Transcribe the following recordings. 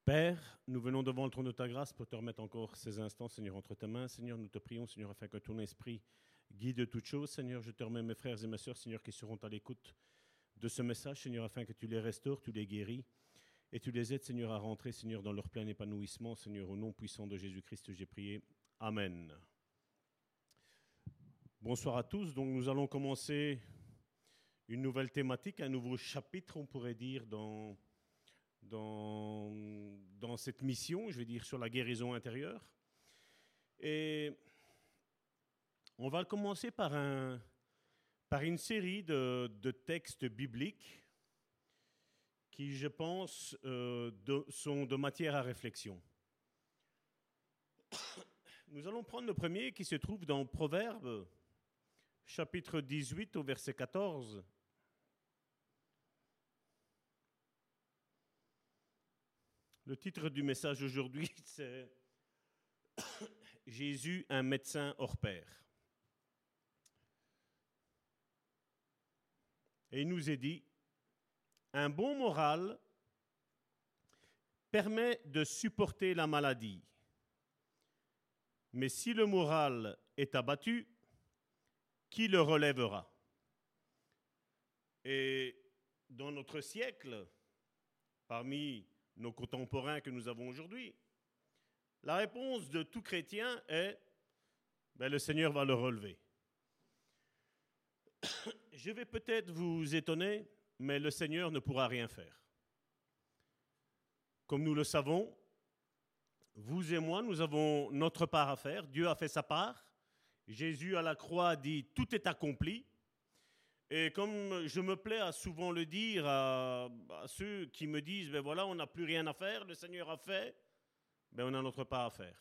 Père, nous venons devant le trône de ta grâce pour te remettre encore ces instants, Seigneur, entre tes mains. Seigneur, nous te prions, Seigneur, afin que ton esprit guide toutes choses. Seigneur, je te remets mes frères et mes sœurs, Seigneur, qui seront à l'écoute de ce message, Seigneur, afin que tu les restaures, tu les guéris et tu les aides, Seigneur, à rentrer, Seigneur, dans leur plein épanouissement. Seigneur, au nom puissant de Jésus-Christ, j'ai prié. Amen. Bonsoir à tous. Donc, nous allons commencer une nouvelle thématique, un nouveau chapitre, on pourrait dire, dans cette mission, je vais dire, sur la guérison intérieure. Et on va commencer par une série de textes bibliques qui, je pense, sont de matière à réflexion. Nous allons prendre le premier qui se trouve dans Proverbes, chapitre 18, au verset 14. Le titre du message aujourd'hui, c'est « Jésus, un médecin hors pair ». Et il nous est dit, un bon moral permet de supporter la maladie. Mais si le moral est abattu, qui le relèvera? Et dans notre siècle, parmi nos contemporains que nous avons aujourd'hui, la réponse de tout chrétien est le Seigneur va le relever. Je vais peut-être vous étonner, mais le Seigneur ne pourra rien faire. Comme nous le savons, vous et moi, nous avons notre part à faire. Dieu a fait sa part. Jésus à la croix dit « tout est accompli ». Et comme je me plais à souvent le dire à ceux qui me disent « voilà, on n'a plus rien à faire, le Seigneur a fait », on a notre part à faire.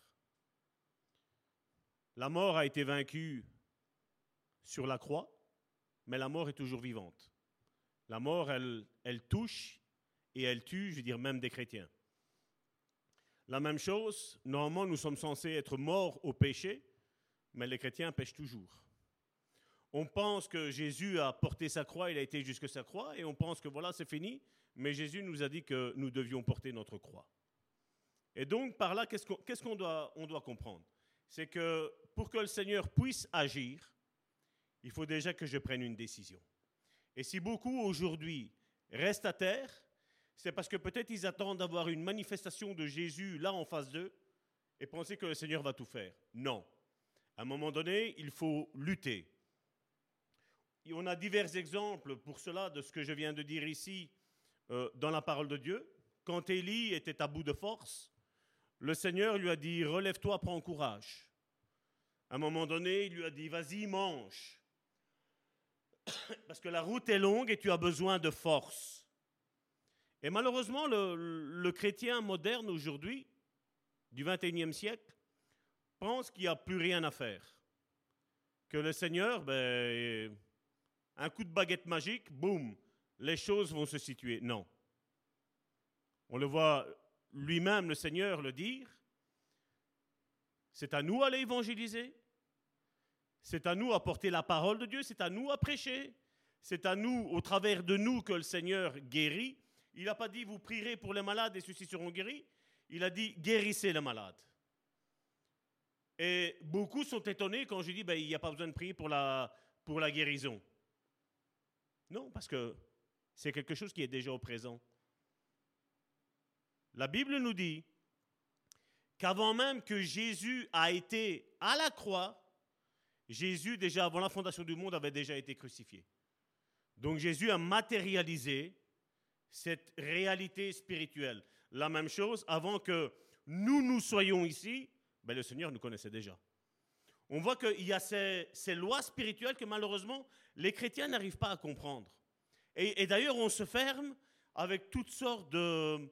La mort a été vaincue sur la croix, mais la mort est toujours vivante. La mort, elle touche et elle tue, je veux dire, même des chrétiens. La même chose, normalement, nous sommes censés être morts au péché, mais les chrétiens pêchent toujours. On pense que Jésus a porté sa croix, il a été jusqu'à sa croix, et on pense que voilà, c'est fini, mais Jésus nous a dit que nous devions porter notre croix. Et donc, par là, qu'est-ce qu'on doit comprendre? C'est que pour que le Seigneur puisse agir, il faut déjà que je prenne une décision. Et si beaucoup aujourd'hui restent à terre, c'est parce que peut-être ils attendent d'avoir une manifestation de Jésus là en face d'eux et penser que le Seigneur va tout faire. Non. À un moment donné, il faut lutter. Et on a divers exemples pour cela de ce que je viens de dire ici dans la parole de Dieu. Quand Élie était à bout de force, le Seigneur lui a dit « relève-toi, prends courage ». À un moment donné, il lui a dit « vas-y, mange ». Parce que la route est longue et tu as besoin de force. Et malheureusement, le chrétien moderne aujourd'hui, du XXIe siècle, pense qu'il n'y a plus rien à faire. Que le Seigneur, un coup de baguette magique, boum, les choses vont se situer. Non. On le voit lui-même, le Seigneur, le dire. C'est à nous d'aller évangéliser. C'est à nous à porter la parole de Dieu. C'est à nous à prêcher. C'est à nous, au travers de nous, que le Seigneur guérit. Il n'a pas dit, vous prierez pour les malades et ceux-ci seront guéris. Il a dit, guérissez les malades. Et beaucoup sont étonnés quand je dis, il n'y a pas besoin de prier pour la guérison. Non, parce que c'est quelque chose qui est déjà au présent. La Bible nous dit qu'avant même que Jésus a été à la croix, Jésus, déjà avant la fondation du monde, avait déjà été crucifié. Donc Jésus a matérialisé cette réalité spirituelle. La même chose, avant que nous soyons ici, le Seigneur nous connaissait déjà. On voit qu'il y a ces lois spirituelles que malheureusement, les chrétiens n'arrivent pas à comprendre. Et d'ailleurs, on se ferme avec toutes sortes de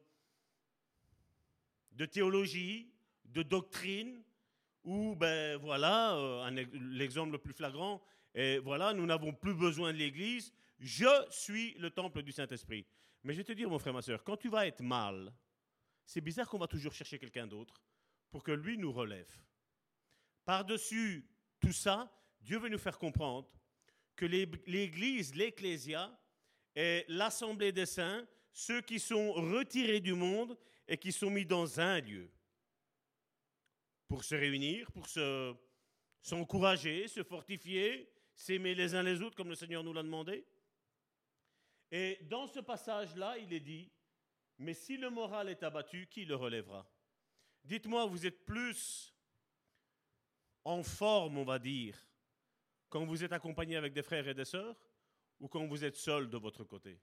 théologie, de doctrine, où, l'exemple le plus flagrant, est, nous n'avons plus besoin de l'Église, je suis le temple du Saint-Esprit. Mais je vais te dire, mon frère, ma soeur, quand tu vas être mal, c'est bizarre qu'on va toujours chercher quelqu'un d'autre pour que lui nous relève. Par-dessus tout ça, Dieu veut nous faire comprendre que l'Église, l'Ecclésia, est l'assemblée des saints, ceux qui sont retirés du monde et qui sont mis dans un lieu pour se réunir, pour s'encourager, se fortifier, s'aimer les uns les autres comme le Seigneur nous l'a demandé. Et dans ce passage-là, il est dit, mais si le moral est abattu, qui le relèvera? Dites-moi, vous êtes plus en forme, on va dire, quand vous êtes accompagné avec des frères et des sœurs, ou quand vous êtes seul de votre côté?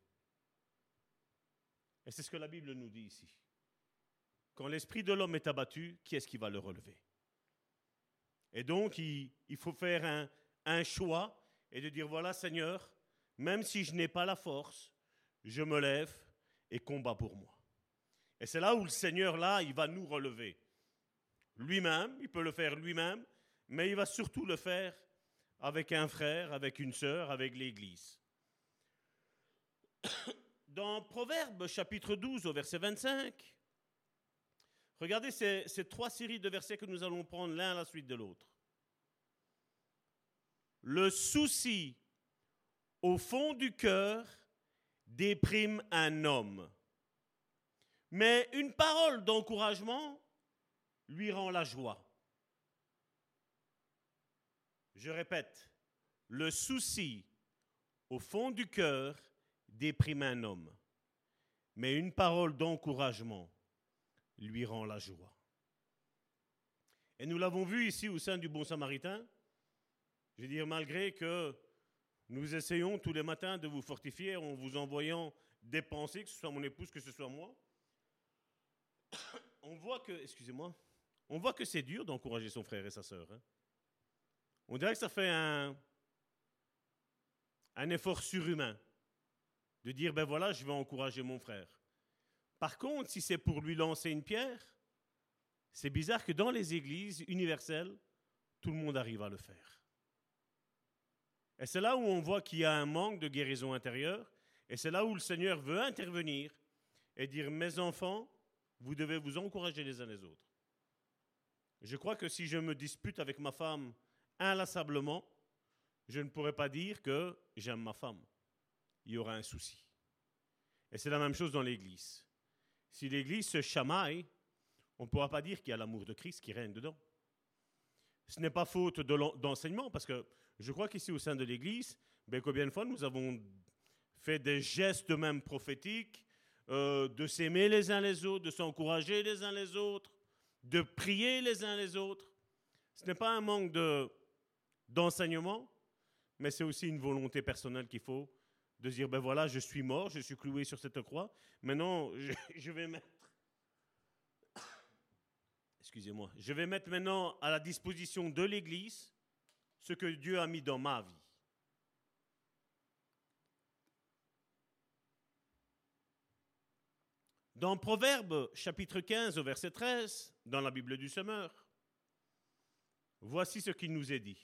Et c'est ce que la Bible nous dit ici. Quand l'esprit de l'homme est abattu, qui est-ce qui va le relever? Et donc, il faut faire un choix et de dire, voilà Seigneur, même si je n'ai pas la force, je me lève et combat pour moi. Et c'est là où le Seigneur, là, il va nous relever. Lui-même, il peut le faire lui-même, mais il va surtout le faire avec un frère, avec une sœur, avec l'Église. Dans Proverbes, chapitre 12, au verset 25, regardez ces trois séries de versets que nous allons prendre l'un à la suite de l'autre. Le souci au fond du cœur déprime un homme, mais une parole d'encouragement lui rend la joie. Je répète, le souci au fond du cœur déprime un homme, mais une parole d'encouragement lui rend la joie. Et nous l'avons vu ici au sein du Bon Samaritain. Je veux dire, malgré que nous essayons tous les matins de vous fortifier en vous envoyant des pensées, que ce soit mon épouse, que ce soit moi, on voit que c'est dur d'encourager son frère et sa sœur. Hein. On dirait que ça fait un effort surhumain de dire, ben voilà, je vais encourager mon frère. Par contre, si c'est pour lui lancer une pierre, c'est bizarre que dans les églises universelles, tout le monde arrive à le faire. Et c'est là où on voit qu'il y a un manque de guérison intérieure, et c'est là où le Seigneur veut intervenir et dire, mes enfants, vous devez vous encourager les uns les autres. Je crois que si je me dispute avec ma femme inlassablement, je ne pourrais pas dire que j'aime ma femme. Il y aura un souci. Et c'est la même chose dans l'Église. Si l'Église se chamaille, on ne pourra pas dire qu'il y a l'amour de Christ qui règne dedans. Ce n'est pas faute d'enseignement, parce que je crois qu'ici au sein de l'Église, combien de fois nous avons fait des gestes même prophétiques, de s'aimer les uns les autres, de s'encourager les uns les autres, de prier les uns les autres. Ce n'est pas un manque d'enseignement, mais c'est aussi une volonté personnelle qu'il faut, de dire, ben voilà, je suis mort, je suis cloué sur cette croix, maintenant je vais mettre... Excusez-moi, je vais mettre maintenant à la disposition de l'Église ce que Dieu a mis dans ma vie. Dans Proverbes, chapitre 15, au verset 13, dans la Bible du Semeur, voici ce qu'il nous est dit.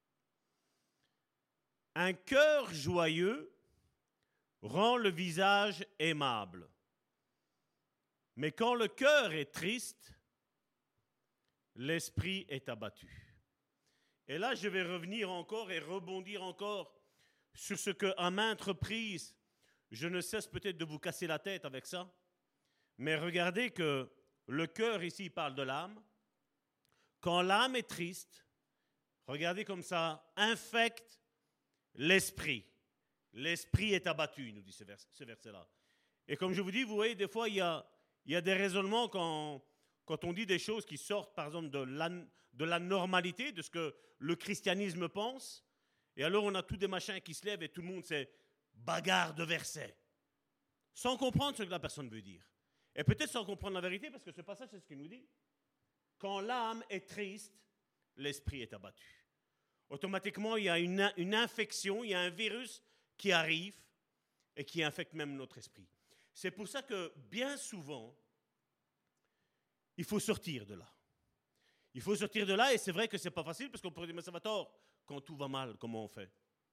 Un cœur joyeux rend le visage aimable, mais quand le cœur est triste, l'esprit est abattu. Et là, je vais revenir encore et rebondir encore sur ce que, à maintes reprises, je ne cesse peut-être de vous casser la tête avec ça, mais regardez que le cœur ici parle de l'âme. Quand l'âme est triste, regardez comme ça infecte l'esprit. L'esprit est abattu, nous dit ce verset-là. Et comme je vous dis, vous voyez, des fois, il y a des raisonnements quand on dit des choses qui sortent, par exemple, de la normalité, de ce que le christianisme pense. Et alors, on a tous des machins qui se lèvent et tout le monde, c'est bagarre de versets. Sans comprendre ce que la personne veut dire. Et peut-être sans comprendre la vérité, parce que ce passage, c'est ce qu'il nous dit. Quand l'âme est triste, l'esprit est abattu. Automatiquement, il y a une infection, il y a un virus qui arrive et qui infecte même notre esprit. C'est pour ça que bien souvent, il faut sortir de là. Il faut sortir de là, et c'est vrai que ce n'est pas facile, parce qu'on pourrait dire, mais ça va tort, quand tout va mal, comment on fait?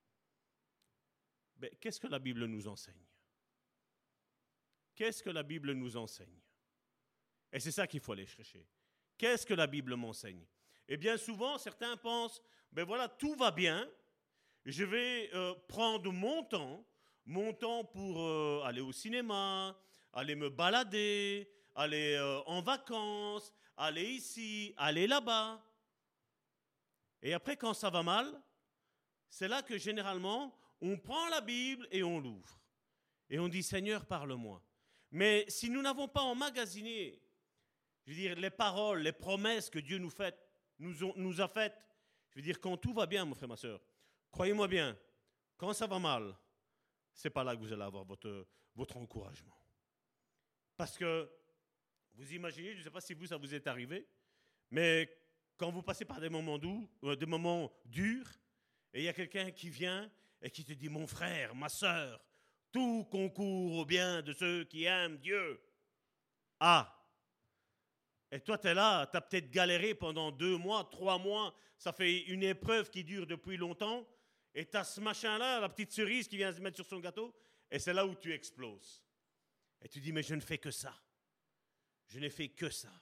Mais qu'est-ce que la Bible nous enseigne? Qu'est-ce que la Bible nous enseigne? Et c'est ça qu'il faut aller chercher. Qu'est-ce que la Bible m'enseigne? Et bien souvent, certains pensent, ben voilà, tout va bien, je vais prendre mon temps pour aller au cinéma, aller me balader, aller en vacances, aller ici, aller là-bas. Et après, quand ça va mal, c'est là que généralement, on prend la Bible et on l'ouvre. Et on dit, Seigneur, parle-moi. Mais si nous n'avons pas emmagasiné, je veux dire, les paroles, les promesses que Dieu nous a faites, je veux dire, quand tout va bien, mon frère, ma soeur, croyez-moi bien, quand ça va mal, ce n'est pas là que vous allez avoir votre encouragement. Parce que, vous imaginez, je ne sais pas si ça vous est arrivé, mais quand vous passez par des moments durs, et il y a quelqu'un qui vient et qui te dit, mon frère, ma soeur, tout concourt au bien de ceux qui aiment Dieu. Ah! Et toi, tu es là, tu as peut-être galéré pendant 2 mois, 3 mois, ça fait une épreuve qui dure depuis longtemps, et tu as ce machin-là, la petite cerise qui vient se mettre sur son gâteau, et c'est là où tu exploses. Et tu dis, mais je ne fais que ça. Je n'ai fait que ça.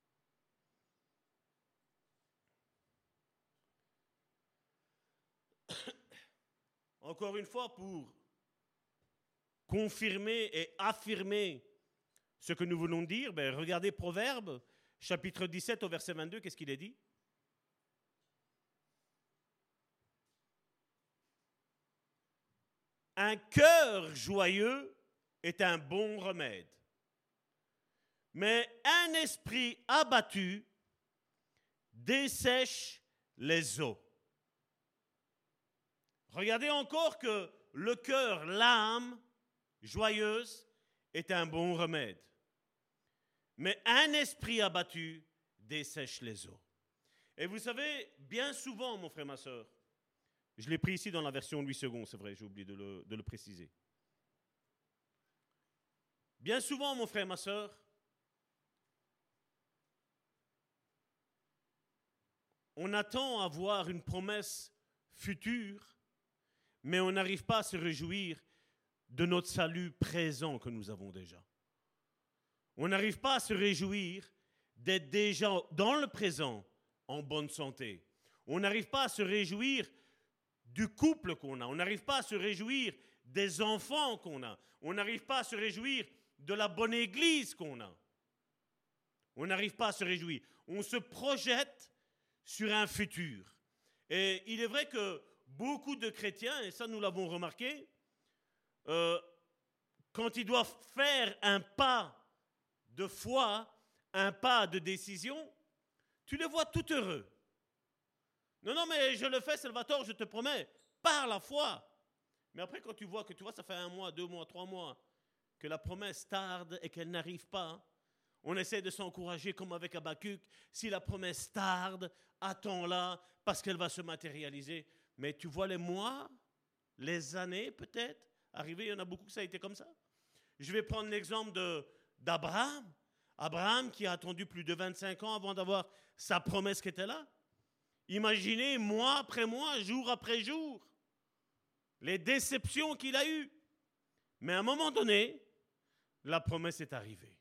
Encore une fois, pour confirmer et affirmer ce que nous venons de dire, regardez Proverbes, chapitre 17 au verset 22, qu'est-ce qu'il est dit? Un cœur joyeux est un bon remède, mais un esprit abattu dessèche les eaux. Regardez encore que le cœur, l'âme joyeuse est un bon remède. Mais un esprit abattu dessèche les eaux. Et vous savez, bien souvent, mon frère, ma soeur, je l'ai pris ici dans la version Louis II, c'est vrai, j'ai oublié de le préciser. Bien souvent, mon frère, ma soeur, on attend à voir une promesse future, mais on n'arrive pas à se réjouir de notre salut présent que nous avons déjà. On n'arrive pas à se réjouir d'être déjà dans le présent en bonne santé. On n'arrive pas à se réjouir du couple qu'on a. On n'arrive pas à se réjouir des enfants qu'on a. On n'arrive pas à se réjouir de la bonne église qu'on a. On n'arrive pas à se réjouir. On se projette sur un futur. Et il est vrai que beaucoup de chrétiens, et ça nous l'avons remarqué, quand ils doivent faire un pas de foi, un pas de décision, tu les vois tout heureux. Non, mais je le fais, Salvatore, je te promets, par la foi. Mais après, quand tu vois que ça fait 1 mois, 2 mois, 3 mois, que la promesse tarde et qu'elle n'arrive pas, on essaie de s'encourager comme avec Habakkuk. Si la promesse tarde, attends-la parce qu'elle va se matérialiser. Mais tu vois les mois, les années peut-être arriver, il y en a beaucoup que ça a été comme ça. Je vais prendre l'exemple d'Abraham. Abraham qui a attendu plus de 25 ans avant d'avoir sa promesse qui était là. Imaginez mois après mois, jour après jour, les déceptions qu'il a eues. Mais à un moment donné, la promesse est arrivée.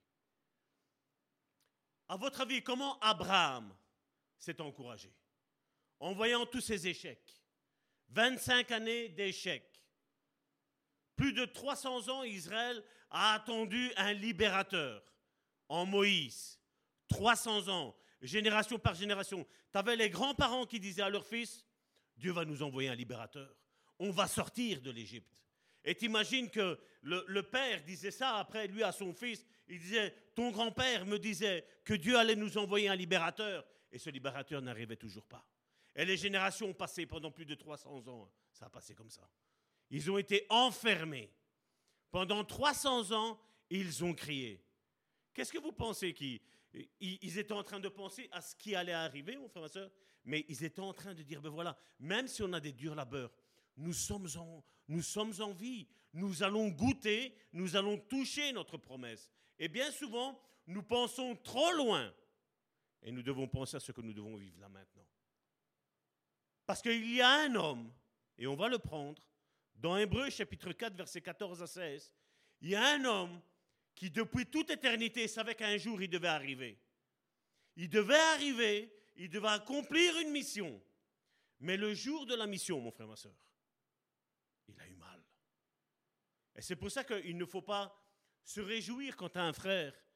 À votre avis, comment Abraham s'est encouragé? En voyant tous ses échecs. 25 années d'échecs. Plus de 300 ans, Israël a attendu un libérateur en Moïse. 300 ans, génération par génération. Tu avais les grands-parents qui disaient à leurs fils, Dieu va nous envoyer un libérateur. On va sortir de l'Égypte. Et t'imagines que le père disait ça après lui à son fils. Il disait, ton grand-père me disait que Dieu allait nous envoyer un libérateur. Et ce libérateur n'arrivait toujours pas. Et les générations ont passé pendant plus de 300 ans. Ça a passé comme ça. Ils ont été enfermés. Pendant 300 ans, ils ont crié. Qu'est-ce que vous pensez qu'ils étaient en train de penser à ce qui allait arriver, mon frère, ma soeur? Mais ils étaient en train de dire, ben voilà, même si on a des durs labeurs, nous sommes en vie. Nous allons goûter, nous allons toucher notre promesse. Et bien souvent, nous pensons trop loin. Et nous devons penser à ce que nous devons vivre là maintenant. Parce qu'il y a un homme, et on va le prendre, dans Hébreux chapitre 4, versets 14 à 16, il y a un homme qui depuis toute éternité savait qu'un jour il devait arriver. Il devait accomplir une mission. Mais le jour de la mission, mon frère, ma soeur, il a eu mal. Et c'est pour ça qu'il ne faut pas se réjouir quand tu as un frère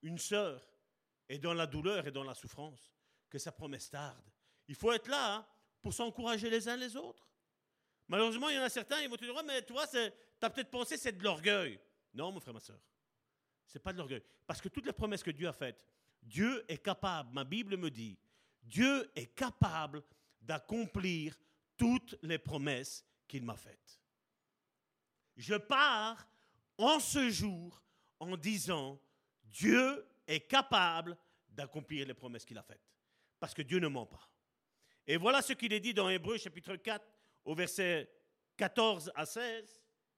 une sœur est dans la douleur et dans la souffrance, que sa promesse tarde. Il faut être là pour s'encourager les uns les autres. Malheureusement, il y en a certains, ils vont te dire, ouais, mais toi, tu as peut-être pensé c'est de l'orgueil. Non, mon frère, ma soeur, ce n'est pas de l'orgueil. Parce que toutes les promesses que Dieu a faites, Dieu est capable, ma Bible me dit, Dieu est capable d'accomplir toutes les promesses qu'il m'a faites. Je pars en ce jour en disant, Dieu est capable d'accomplir les promesses qu'il a faites. Parce que Dieu ne ment pas. Et voilà ce qu'il est dit dans Hébreux chapitre 4, au verset 14 à 16.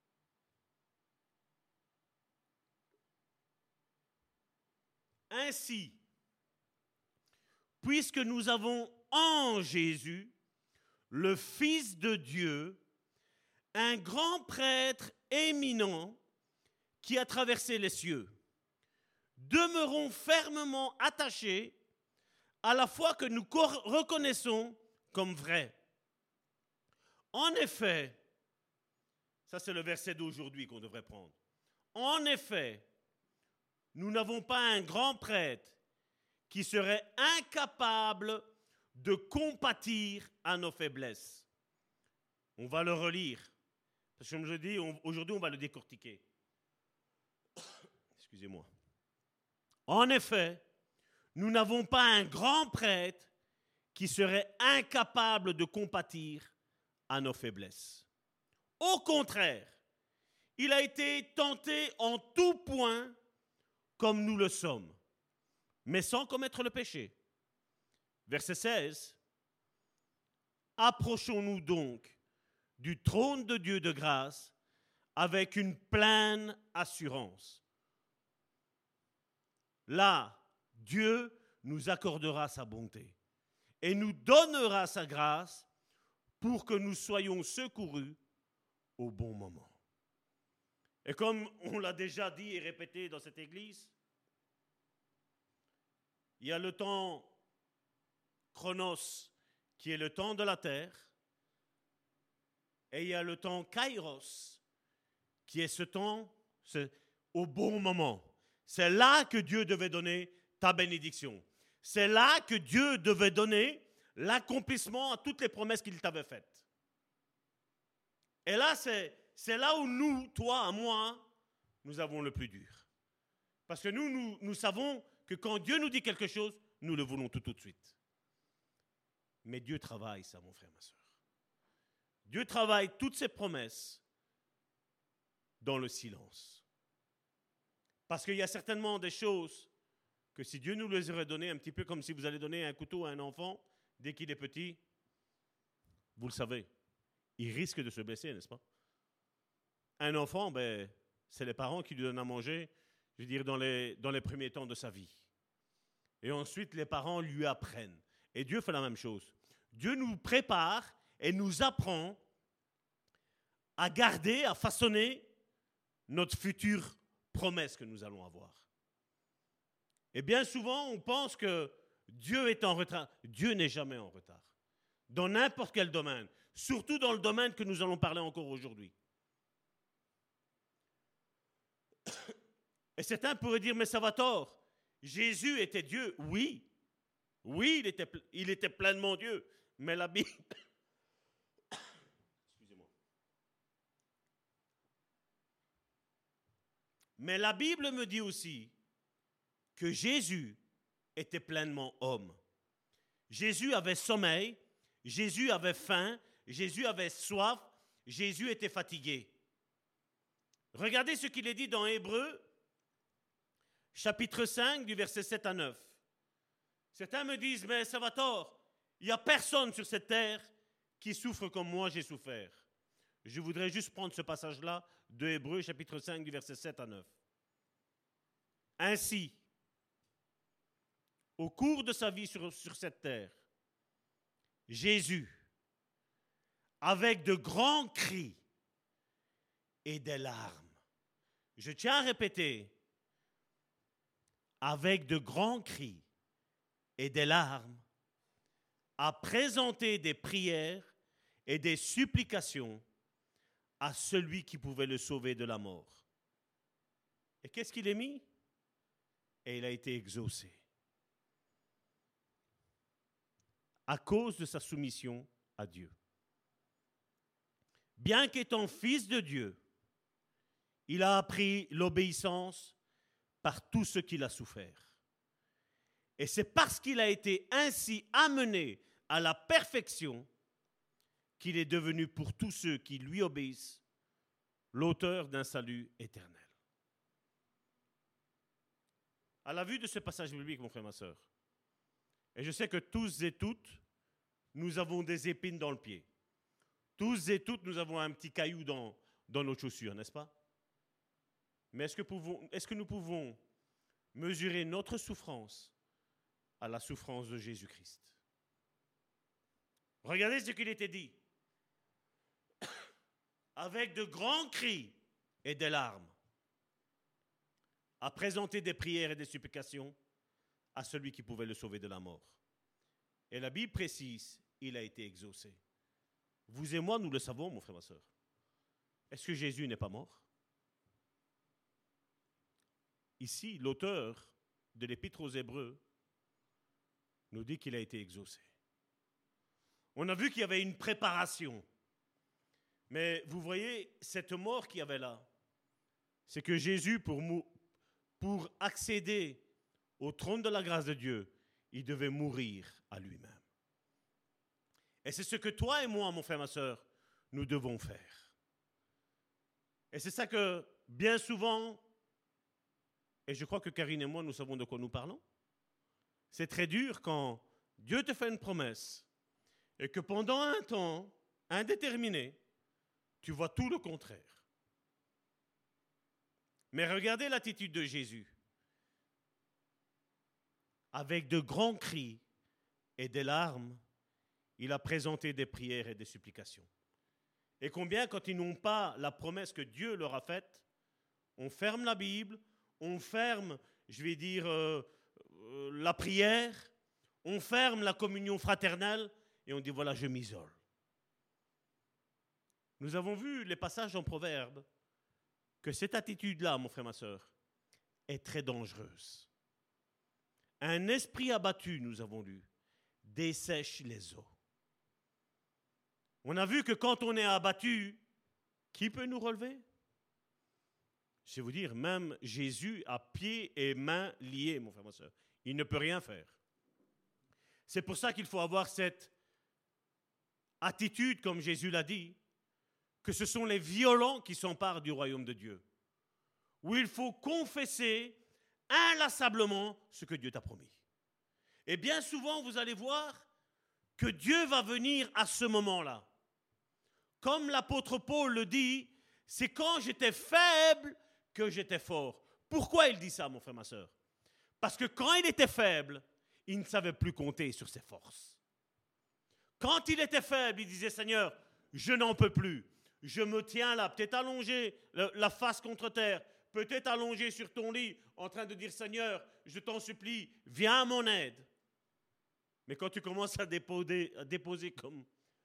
Ainsi, puisque nous avons en Jésus, le Fils de Dieu, un grand prêtre éminent qui a traversé les cieux, demeurons fermement attachés à la foi que nous reconnaissons comme vraie. En effet, ça c'est le verset d'aujourd'hui qu'on devrait prendre. En effet, nous n'avons pas un grand prêtre qui serait incapable de compatir à nos faiblesses. On va le relire. Parce que comme je dis, aujourd'hui on va le décortiquer. Excusez-moi. En effet, nous n'avons pas un grand prêtre qui serait incapable de compatir à nos faiblesses. Au contraire, il a été tenté en tout point comme nous le sommes, mais sans commettre le péché. Verset 16. Approchons-nous donc du trône de Dieu de grâce avec une pleine assurance. Là, Dieu nous accordera sa bonté et nous donnera sa grâce pour que nous soyons secourus au bon moment. Et comme on l'a déjà dit et répété dans cette église, il y a le temps chronos qui est le temps de la terre et il y a le temps kairos qui est ce temps au bon moment. C'est là que Dieu devait donner ta bénédiction. C'est là que Dieu devait donner l'accomplissement à toutes les promesses qu'il t'avait faites. Et là, c'est là où nous, toi, moi, nous avons le plus dur. Parce que nous savons que quand Dieu nous dit quelque chose, nous le voulons tout de suite. Mais Dieu travaille ça, mon frère, ma soeur. Dieu travaille toutes ses promesses dans le silence. Parce qu'il y a certainement des choses que si Dieu nous les aurait données, un petit peu comme si vous allez donner un couteau à un enfant dès qu'il est petit, vous le savez, il risque de se blesser, n'est-ce pas? Un enfant, c'est les parents qui lui donnent à manger, je veux dire, dans les premiers temps de sa vie. Et ensuite, les parents lui apprennent. Et Dieu fait la même chose. Dieu nous prépare et nous apprend à garder, à façonner notre future promesse que nous allons avoir. Et bien souvent, on pense que Dieu est en retard. Dieu n'est jamais en retard. Dans n'importe quel domaine. Surtout dans le domaine que nous allons parler encore aujourd'hui. Et certains pourraient dire, mais ça va tort. Jésus était Dieu. Oui. Oui, il était pleinement Dieu. Mais la Bible... Excusez-moi. Mais la Bible me dit aussi que Jésus était pleinement homme. Jésus avait sommeil, Jésus avait faim, Jésus avait soif, Jésus était fatigué. Regardez ce qu'il est dit dans Hébreux, chapitre 5, du verset 7 à 9. Certains me disent, mais ça va tort, il n'y a personne sur cette terre qui souffre comme moi j'ai souffert. Je voudrais juste prendre ce passage-là de Hébreux, chapitre 5, du verset 7 à 9. Ainsi, au cours de sa vie sur cette terre, Jésus, avec de grands cris et des larmes, je tiens à répéter, avec de grands cris et des larmes, a présenté des prières et des supplications à celui qui pouvait le sauver de la mort. Et qu'est-ce qu'il a mis? et il a été exaucé. À cause de sa soumission à Dieu. Bien qu'étant fils de Dieu, il a appris l'obéissance par tout ce qu'il a souffert. Et c'est parce qu'il a été ainsi amené à la perfection qu'il est devenu pour tous ceux qui lui obéissent l'auteur d'un salut éternel. À la vue de ce passage biblique, mon frère, ma soeur, et je sais que tous et toutes, nous avons des épines dans le pied. Tous et toutes, nous avons un petit caillou dans nos chaussures, n'est-ce pas? Mais est-ce que nous pouvons mesurer notre souffrance à la souffrance de Jésus-Christ? Regardez ce qu'il était dit. Avec de grands cris et des larmes, à présenter des prières et des supplications à celui qui pouvait le sauver de la mort. Et la Bible précise, il a été exaucé. Vous et moi, nous le savons, mon frère, ma soeur. Est-ce que Jésus n'est pas mort? Ici, l'auteur de l'Épître aux Hébreux nous dit qu'il a été exaucé. On a vu qu'il y avait une préparation. Mais vous voyez, cette mort qu'il y avait là, c'est que Jésus, pour accéder au trône de la grâce de Dieu, il devait mourir à lui-même. Et c'est ce que toi et moi, mon frère, ma soeur, nous devons faire. Et c'est ça que, bien souvent, et je crois que Karine et moi, nous savons de quoi nous parlons. C'est très dur quand Dieu te fait une promesse et que pendant un temps indéterminé, tu vois tout le contraire. Mais regardez l'attitude de Jésus. Avec de grands cris et des larmes, il a présenté des prières et des supplications. Et combien, quand ils n'ont pas la promesse que Dieu leur a faite, on ferme la Bible, on ferme, je vais dire, la prière, on ferme la communion fraternelle et on dit voilà, je m'isole. Nous avons vu les passages en Proverbes que cette attitude-là, mon frère, ma soeur, est très dangereuse. Un esprit abattu, nous avons lu, dessèche les eaux. On a vu que quand on est abattu, qui peut nous relever? Je vais vous dire, même Jésus a pieds et mains liés, mon frère, ma soeur. Il ne peut rien faire. C'est pour ça qu'il faut avoir cette attitude, comme Jésus l'a dit, que ce sont les violents qui s'emparent du royaume de Dieu. Où il faut confesser inlassablement ce que Dieu t'a promis. Et bien souvent, vous allez voir que Dieu va venir à ce moment-là. Comme l'apôtre Paul le dit, c'est quand j'étais faible que j'étais fort. Pourquoi il dit ça, mon frère, ma soeur? Parce que quand il était faible, il ne savait plus compter sur ses forces. Quand il était faible, il disait, Seigneur, je n'en peux plus. Je me tiens là, peut-être allongé, la face contre terre, peut-être allongé sur ton lit, en train de dire, Seigneur, je t'en supplie, viens à mon aide. Mais quand tu commences à déposer comme...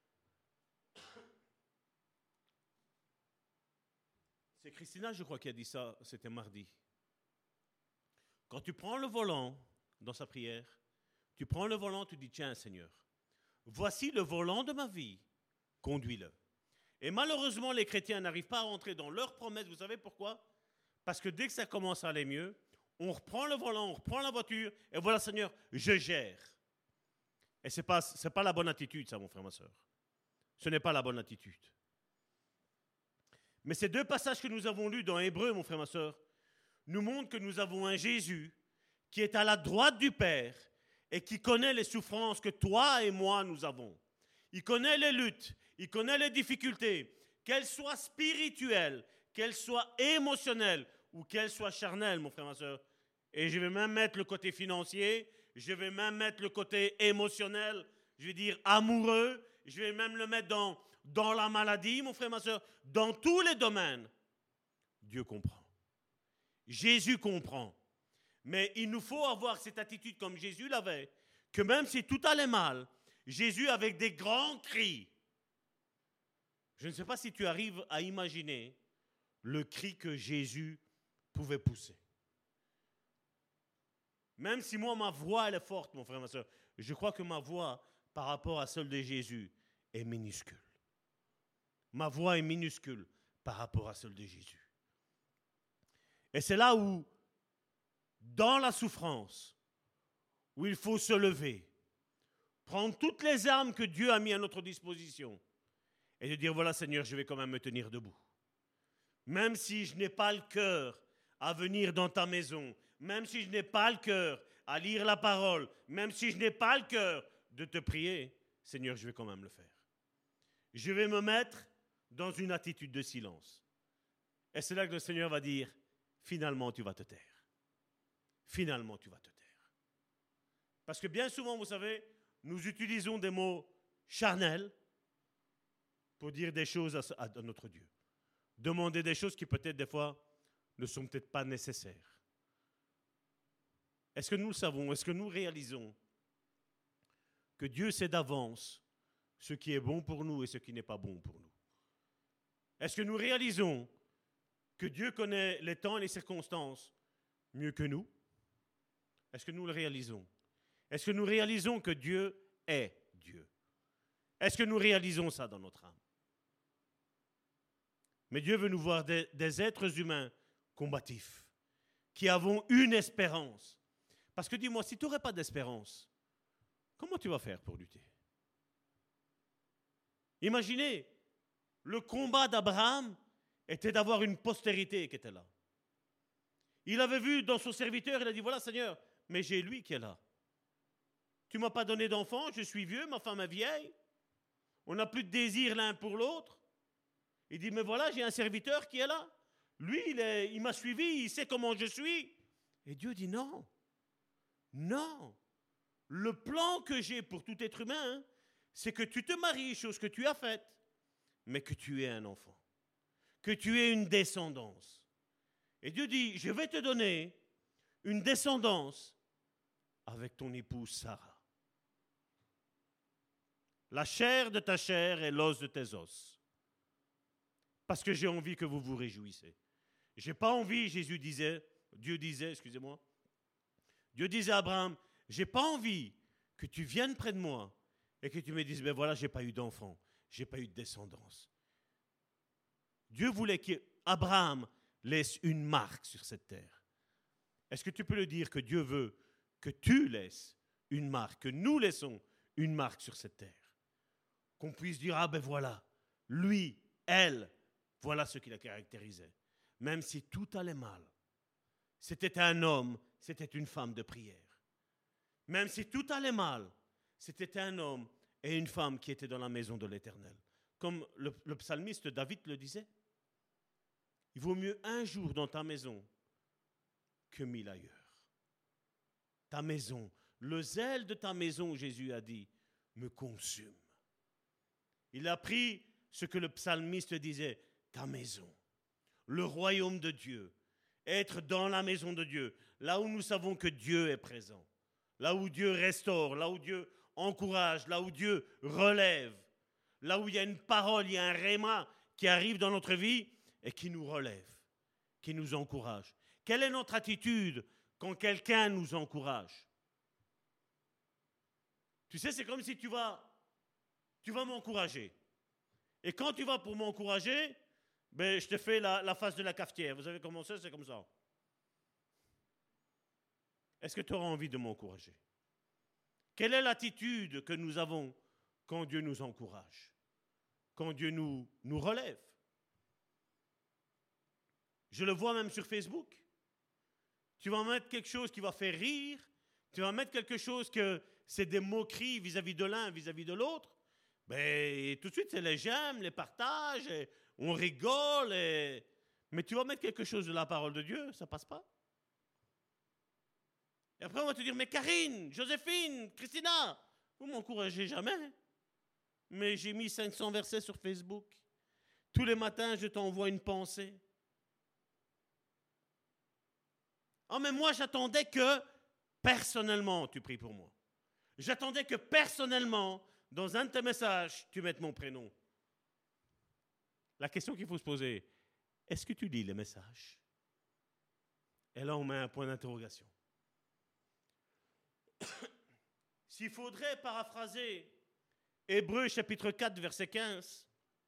C'est Christina, je crois, qui a dit ça, c'était mardi. Quand tu prends le volant dans sa prière, tu prends le volant, tu dis, tiens Seigneur, voici le volant de ma vie, conduis-le. Et malheureusement, les chrétiens n'arrivent pas à rentrer dans leurs promesses. Vous savez pourquoi? Parce que dès que ça commence à aller mieux, on reprend le volant, on reprend la voiture, et voilà Seigneur, je gère. Et ce n'est pas la bonne attitude, ça, mon frère, ma soeur. Ce n'est pas la bonne attitude. Mais ces deux passages que nous avons lus dans Hébreux, mon frère, ma soeur, nous montrent que nous avons un Jésus qui est à la droite du Père et qui connaît les souffrances que toi et moi nous avons. Il connaît les luttes, il connaît les difficultés, qu'elles soient spirituelles, qu'elles soient émotionnelles ou qu'elles soient charnelles, mon frère, ma soeur. Et je vais même mettre le côté financier, je vais même mettre le côté émotionnel, je vais dire amoureux, je vais même le mettre dans la maladie, mon frère, ma soeur, dans tous les domaines. Dieu comprend. Jésus comprend. Mais il nous faut avoir cette attitude comme Jésus l'avait, que même si tout allait mal, Jésus avec des grands cris. Je ne sais pas si tu arrives à imaginer le cri que Jésus pouvait pousser. Même si moi, ma voix, elle est forte, mon frère, ma soeur, je crois que ma voix, par rapport à celle de Jésus, est minuscule. Ma voix est minuscule par rapport à celle de Jésus. Et c'est là où, dans la souffrance, où il faut se lever, prendre toutes les armes que Dieu a mises à notre disposition et de dire, voilà Seigneur, je vais quand même me tenir debout. Même si je n'ai pas le cœur à venir dans ta maison, même si je n'ai pas le cœur à lire la parole, même si je n'ai pas le cœur de te prier, Seigneur, je vais quand même le faire. Je vais me mettre dans une attitude de silence. Et c'est là que le Seigneur va dire, finalement tu vas te taire. Finalement tu vas te taire. Parce que bien souvent, vous savez, nous utilisons des mots charnels pour dire des choses à notre Dieu. Demander des choses qui peut-être des fois ne sont peut-être pas nécessaires. Est-ce que nous le savons? Est-ce que nous réalisons que Dieu sait d'avance ce qui est bon pour nous et ce qui n'est pas bon pour nous? Est-ce que nous réalisons que Dieu connaît les temps et les circonstances mieux que nous? Est-ce que nous le réalisons? Est-ce que nous réalisons que Dieu est Dieu? Est-ce que nous réalisons ça dans notre âme? Mais Dieu veut nous voir des êtres humains combatifs, qui avons une espérance. Parce que dis-moi, si tu n'aurais pas d'espérance, comment tu vas faire pour lutter? Imaginez, le combat d'Abraham était d'avoir une postérité qui était là. Il avait vu dans son serviteur, il a dit, voilà Seigneur, mais j'ai lui qui est là. Tu ne m'as pas donné d'enfant, je suis vieux, ma femme est vieille. On n'a plus de désir l'un pour l'autre. Il dit, mais voilà, j'ai un serviteur qui est là. Lui, il m'a suivi, il sait comment je suis. Et Dieu dit, non, non. Le plan que j'ai pour tout être humain, c'est que tu te maries, chose que tu as faite, mais que tu aies un enfant, que tu aies une descendance. Et Dieu dit, je vais te donner une descendance avec ton épouse Sarah. La chair de ta chair et l'os de tes os. Parce que j'ai envie que vous vous réjouissez. J'ai pas envie, Dieu disait à Abraham, j'ai pas envie que tu viennes près de moi et que tu me dises, ben voilà, j'ai pas eu d'enfant, j'ai pas eu de descendance. Dieu voulait qu'Abraham laisse une marque sur cette terre. Est-ce que tu peux le dire que Dieu veut que tu laisses une marque, que nous laissons une marque sur cette terre? Qu'on puisse dire, ah ben voilà, lui, elle, voilà ce qui la caractérisait. Même si tout allait mal, c'était un homme, c'était une femme de prière. Même si tout allait mal, c'était un homme et une femme qui étaient dans la maison de l'Éternel. Comme le psalmiste David le disait, il vaut mieux un jour dans ta maison que 1000 ailleurs. Ta maison, le zèle de ta maison, Jésus a dit, me consume. Il a pris ce que le psalmiste disait, ta maison, le royaume de Dieu, être dans la maison de Dieu, là où nous savons que Dieu est présent, là où Dieu restaure, là où Dieu encourage, là où Dieu relève, là où il y a une parole, il y a un réma qui arrive dans notre vie et qui nous relève, qui nous encourage. Quelle est notre attitude quand quelqu'un nous encourage? Tu sais, c'est comme si tu vas m'encourager. Et quand tu vas pour m'encourager, ben, je te fais la face de la cafetière. Vous avez commencé, c'est comme ça. Est-ce que tu auras envie de m'encourager? Quelle est l'attitude que nous avons quand Dieu nous encourage? Quand Dieu nous relève? Je le vois même sur Facebook. Tu vas mettre quelque chose qui va faire rire. Tu vas mettre quelque chose que c'est des moqueries vis-à-vis de l'un, vis-à-vis de l'autre. Ben, tout de suite, c'est les j'aime, les partages, on rigole. Mais tu vas mettre quelque chose de la parole de Dieu, ça passe pas. Et après, on va te dire, mais Karine, Joséphine, Christina, vous ne m'encouragez jamais. Mais j'ai mis 500 versets sur Facebook. Tous les matins, je t'envoie une pensée. Oh, mais moi, j'attendais que, personnellement, tu pries pour moi. J'attendais que, personnellement, dans un de tes messages, tu mettes mon prénom. La question qu'il faut se poser, est-ce que tu lis les messages? Et là, on met un point d'interrogation. S'il faudrait paraphraser Hébreux chapitre 4, verset 15,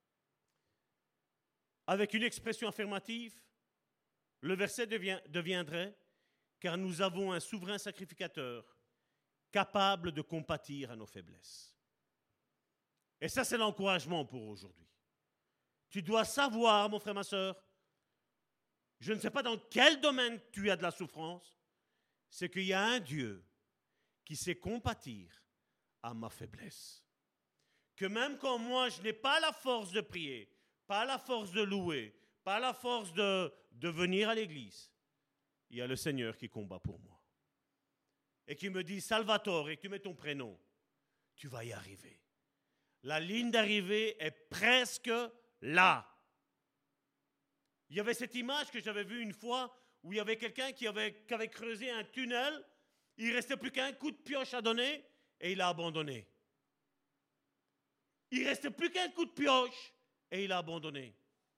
avec une expression affirmative, le verset deviendrait « Car nous avons un souverain sacrificateur capable de compatir à nos faiblesses. » Et ça, c'est l'encouragement pour aujourd'hui. Tu dois savoir, mon frère, ma soeur, je ne sais pas dans quel domaine tu as de la souffrance, c'est qu'il y a un Dieu qui sait compatir à ma faiblesse. Que même quand moi, je n'ai pas la force de prier, pas la force de louer, pas la force de venir à l'église, il y a le Seigneur qui combat pour moi. Et qui me dit, Salvatore, et tu mets ton prénom, tu vas y arriver. La ligne d'arrivée est presque là. Il y avait cette image que j'avais vue une fois où il y avait quelqu'un qui avait creusé un tunnel. Il ne restait plus qu'un coup de pioche à donner et il a abandonné. Il ne restait plus qu'un coup de pioche et il a abandonné.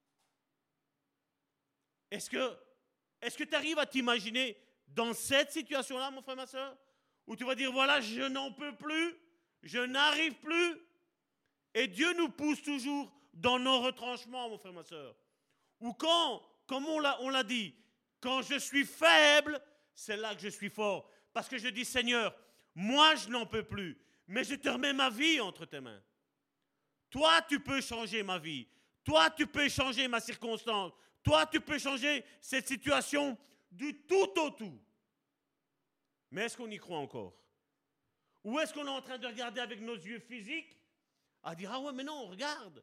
Est-ce que tu arrives à t'imaginer dans cette situation-là, mon frère, ma soeur, où tu vas dire, voilà, je n'en peux plus, je n'arrive plus. Et Dieu nous pousse toujours dans nos retranchements, mon frère, ma soeur. Ou comme on l'a dit, quand je suis faible, c'est là que je suis fort. Parce que je dis, Seigneur, moi, je n'en peux plus, mais je te remets ma vie entre tes mains. Toi, tu peux changer ma vie. Toi, tu peux changer ma circonstance. Toi, tu peux changer cette situation du tout au tout. Mais est-ce qu'on y croit encore? Ou est-ce qu'on est en train de regarder avec nos yeux physiques à dire, ah ouais, mais non, regarde.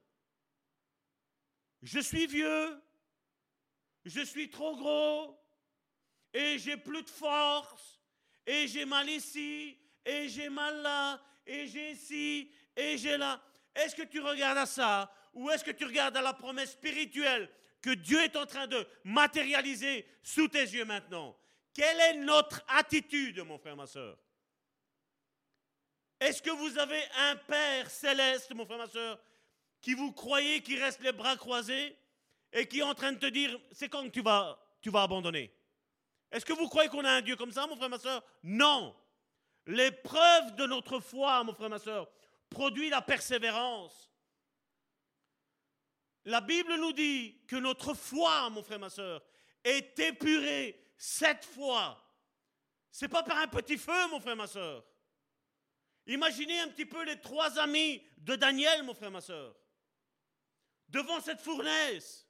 Je suis vieux, je suis trop gros, et j'ai plus de force, et j'ai mal ici, et j'ai mal là, et j'ai ici, et j'ai là. Est-ce que tu regardes à ça, ou est-ce que tu regardes à la promesse spirituelle que Dieu est en train de matérialiser sous tes yeux maintenant? Quelle est notre attitude, mon frère, ma soeur? Est-ce que vous avez un Père céleste, mon frère, ma soeur, qui vous croyez, qui reste les bras croisés et qui est en train de te dire, c'est quand que tu vas abandonner? Est-ce que vous croyez qu'on a un Dieu comme ça, mon frère, ma soeur? Non. L'épreuve de notre foi, mon frère, ma soeur, produit la persévérance. La Bible nous dit que notre foi, mon frère, ma soeur, est épurée 7 fois. Ce n'est pas par un petit feu, mon frère, ma soeur. Imaginez un petit peu les 3 amis de Daniel, mon frère, ma soeur, devant cette fournaise.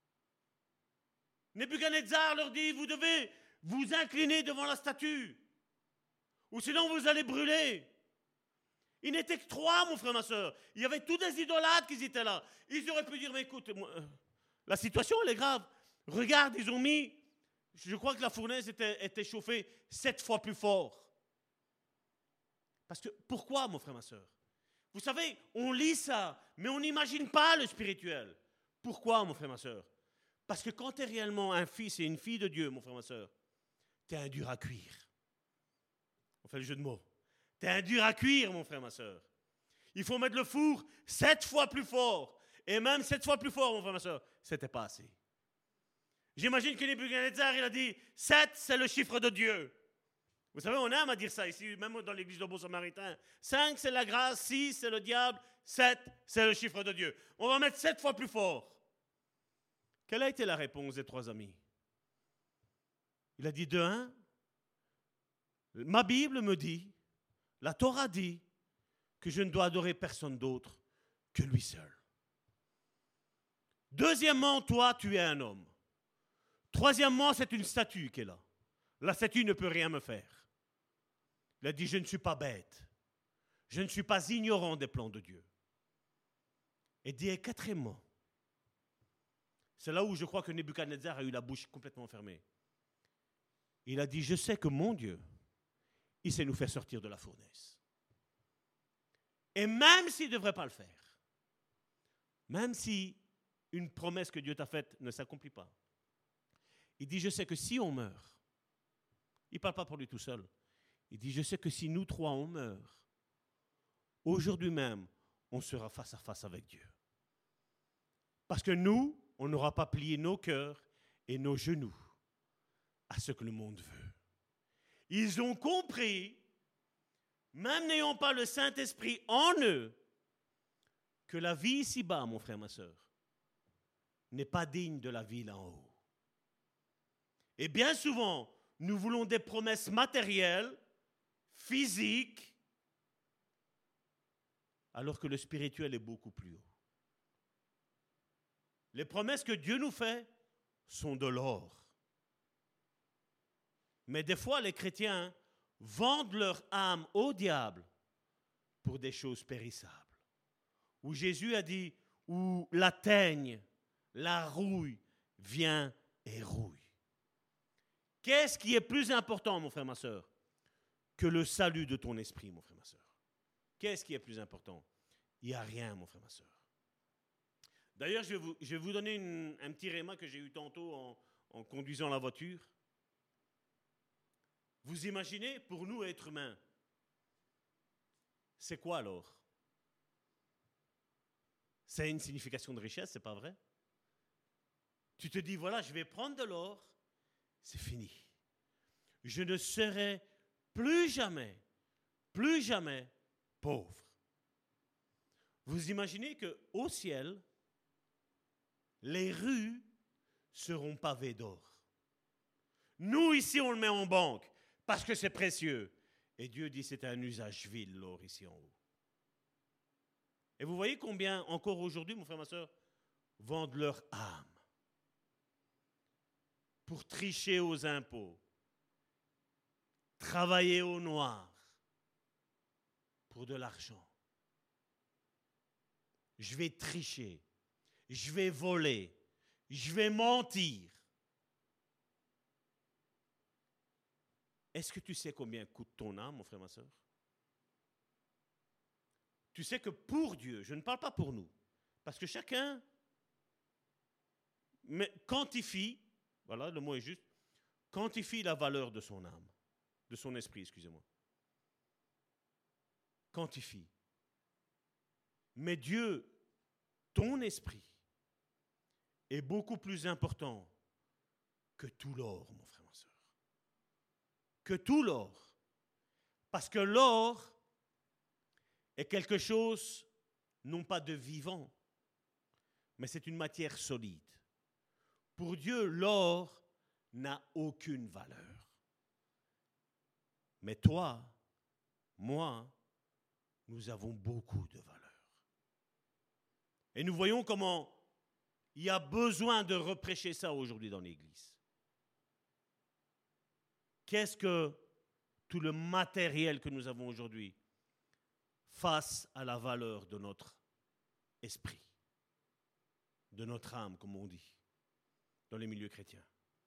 Nebuchadnezzar leur dit, vous devez vous incliner devant la statue, ou sinon vous allez brûler. Ils n'étaient que 3, mon frère, ma soeur. Il y avait tous des idolâtres qui étaient là. Ils auraient pu dire, mais écoute, la situation, elle est grave. Regarde, ils ont mis, je crois que la fournaise était chauffée 7 fois plus fort. Parce que, pourquoi, mon frère, ma soeur? Vous savez, on lit ça, mais on n'imagine pas le spirituel. Pourquoi, mon frère, ma soeur? Parce que quand tu es réellement un fils et une fille de Dieu, mon frère, ma soeur, tu es un dur à cuire. On fait le jeu de mots. Tu es un dur à cuire, mon frère, ma soeur. Il faut mettre le four 7 fois plus fort. Et même 7 fois plus fort, mon frère, ma soeur, c'était pas assez. J'imagine que Nebuchadnezzar, il a dit, 7, c'est le chiffre de Dieu. Vous savez, on aime à dire ça ici, même dans l'église de Bon Samaritain. 5, c'est la grâce, 6, c'est le diable, 7, c'est le chiffre de Dieu. On va mettre 7 fois plus fort. Quelle a été la réponse des 3 amis? Il a dit, de 1, ma Bible me dit, la Torah dit, que je ne dois adorer personne d'autre que lui seul. Deuxièmement, toi, tu es un homme. Troisièmement, c'est une statue qui est là. La statue ne peut rien me faire. Il a dit, je ne suis pas bête. Je ne suis pas ignorant des plans de Dieu. Et dit, quatrièmement, c'est là où je crois que Nebuchadnezzar a eu la bouche complètement fermée. Il a dit, je sais que mon Dieu, il sait nous faire sortir de la fournaise. Et même s'il ne devrait pas le faire, même si une promesse que Dieu t'a faite ne s'accomplit pas, il dit, je sais que si on meurt, il ne parle pas pour lui tout seul, il dit, je sais que si nous 3 on meurt, aujourd'hui même, on sera face à face avec Dieu. Parce que nous, on n'aura pas plié nos cœurs et nos genoux à ce que le monde veut. Ils ont compris, même n'ayant pas le Saint-Esprit en eux, que la vie ici-bas, mon frère, ma sœur, n'est pas digne de la vie là-en haut. Et bien souvent, nous voulons des promesses matérielles, physiques, alors que le spirituel est beaucoup plus haut. Les promesses que Dieu nous fait sont de l'or. Mais des fois, les chrétiens vendent leur âme au diable pour des choses périssables. Où Jésus a dit, où la teigne, la rouille vient et rouille. Qu'est-ce qui est plus important, mon frère, ma sœur, que le salut de ton esprit, mon frère, ma sœur? Qu'est-ce qui est plus important? Il n'y a rien, mon frère, ma sœur. D'ailleurs, je vais vous donner un petit réma que j'ai eu tantôt en conduisant la voiture. Vous imaginez, pour nous, êtres humains, c'est quoi alors? C'est une signification de richesse, c'est pas vrai? Tu te dis, voilà, je vais prendre de l'or, c'est fini. Je ne serai plus jamais pauvre. Vous imaginez qu'au ciel, les rues seront pavées d'or. Nous, ici, on le met en banque parce que c'est précieux. Et Dieu dit c'est un usage vil, l'or, ici en haut. Et vous voyez combien, encore aujourd'hui, mon frère, ma soeur, vendent leur âme pour tricher aux impôts, travailler au noir pour de l'argent. Je vais tricher, je vais voler, je vais mentir. Est-ce que tu sais combien coûte ton âme, mon frère, ma soeur? Tu sais que pour Dieu, je ne parle pas pour nous, parce que chacun quantifie, voilà, le mot est juste, quantifie la valeur de son âme, de son esprit, excusez-moi. Quantifie. Mais Dieu, ton esprit, est beaucoup plus important que tout l'or, mon frère, ma soeur. Que tout l'or. Parce que l'or est quelque chose, non pas de vivant, mais c'est une matière solide. Pour Dieu, l'or n'a aucune valeur. Mais toi, moi, nous avons beaucoup de valeur. Et nous voyons comment il y a besoin de reprêcher ça aujourd'hui dans l'Église. Qu'est-ce que tout le matériel que nous avons aujourd'hui face à la valeur de notre esprit, de notre âme, comme on dit, dans les milieux chrétiens?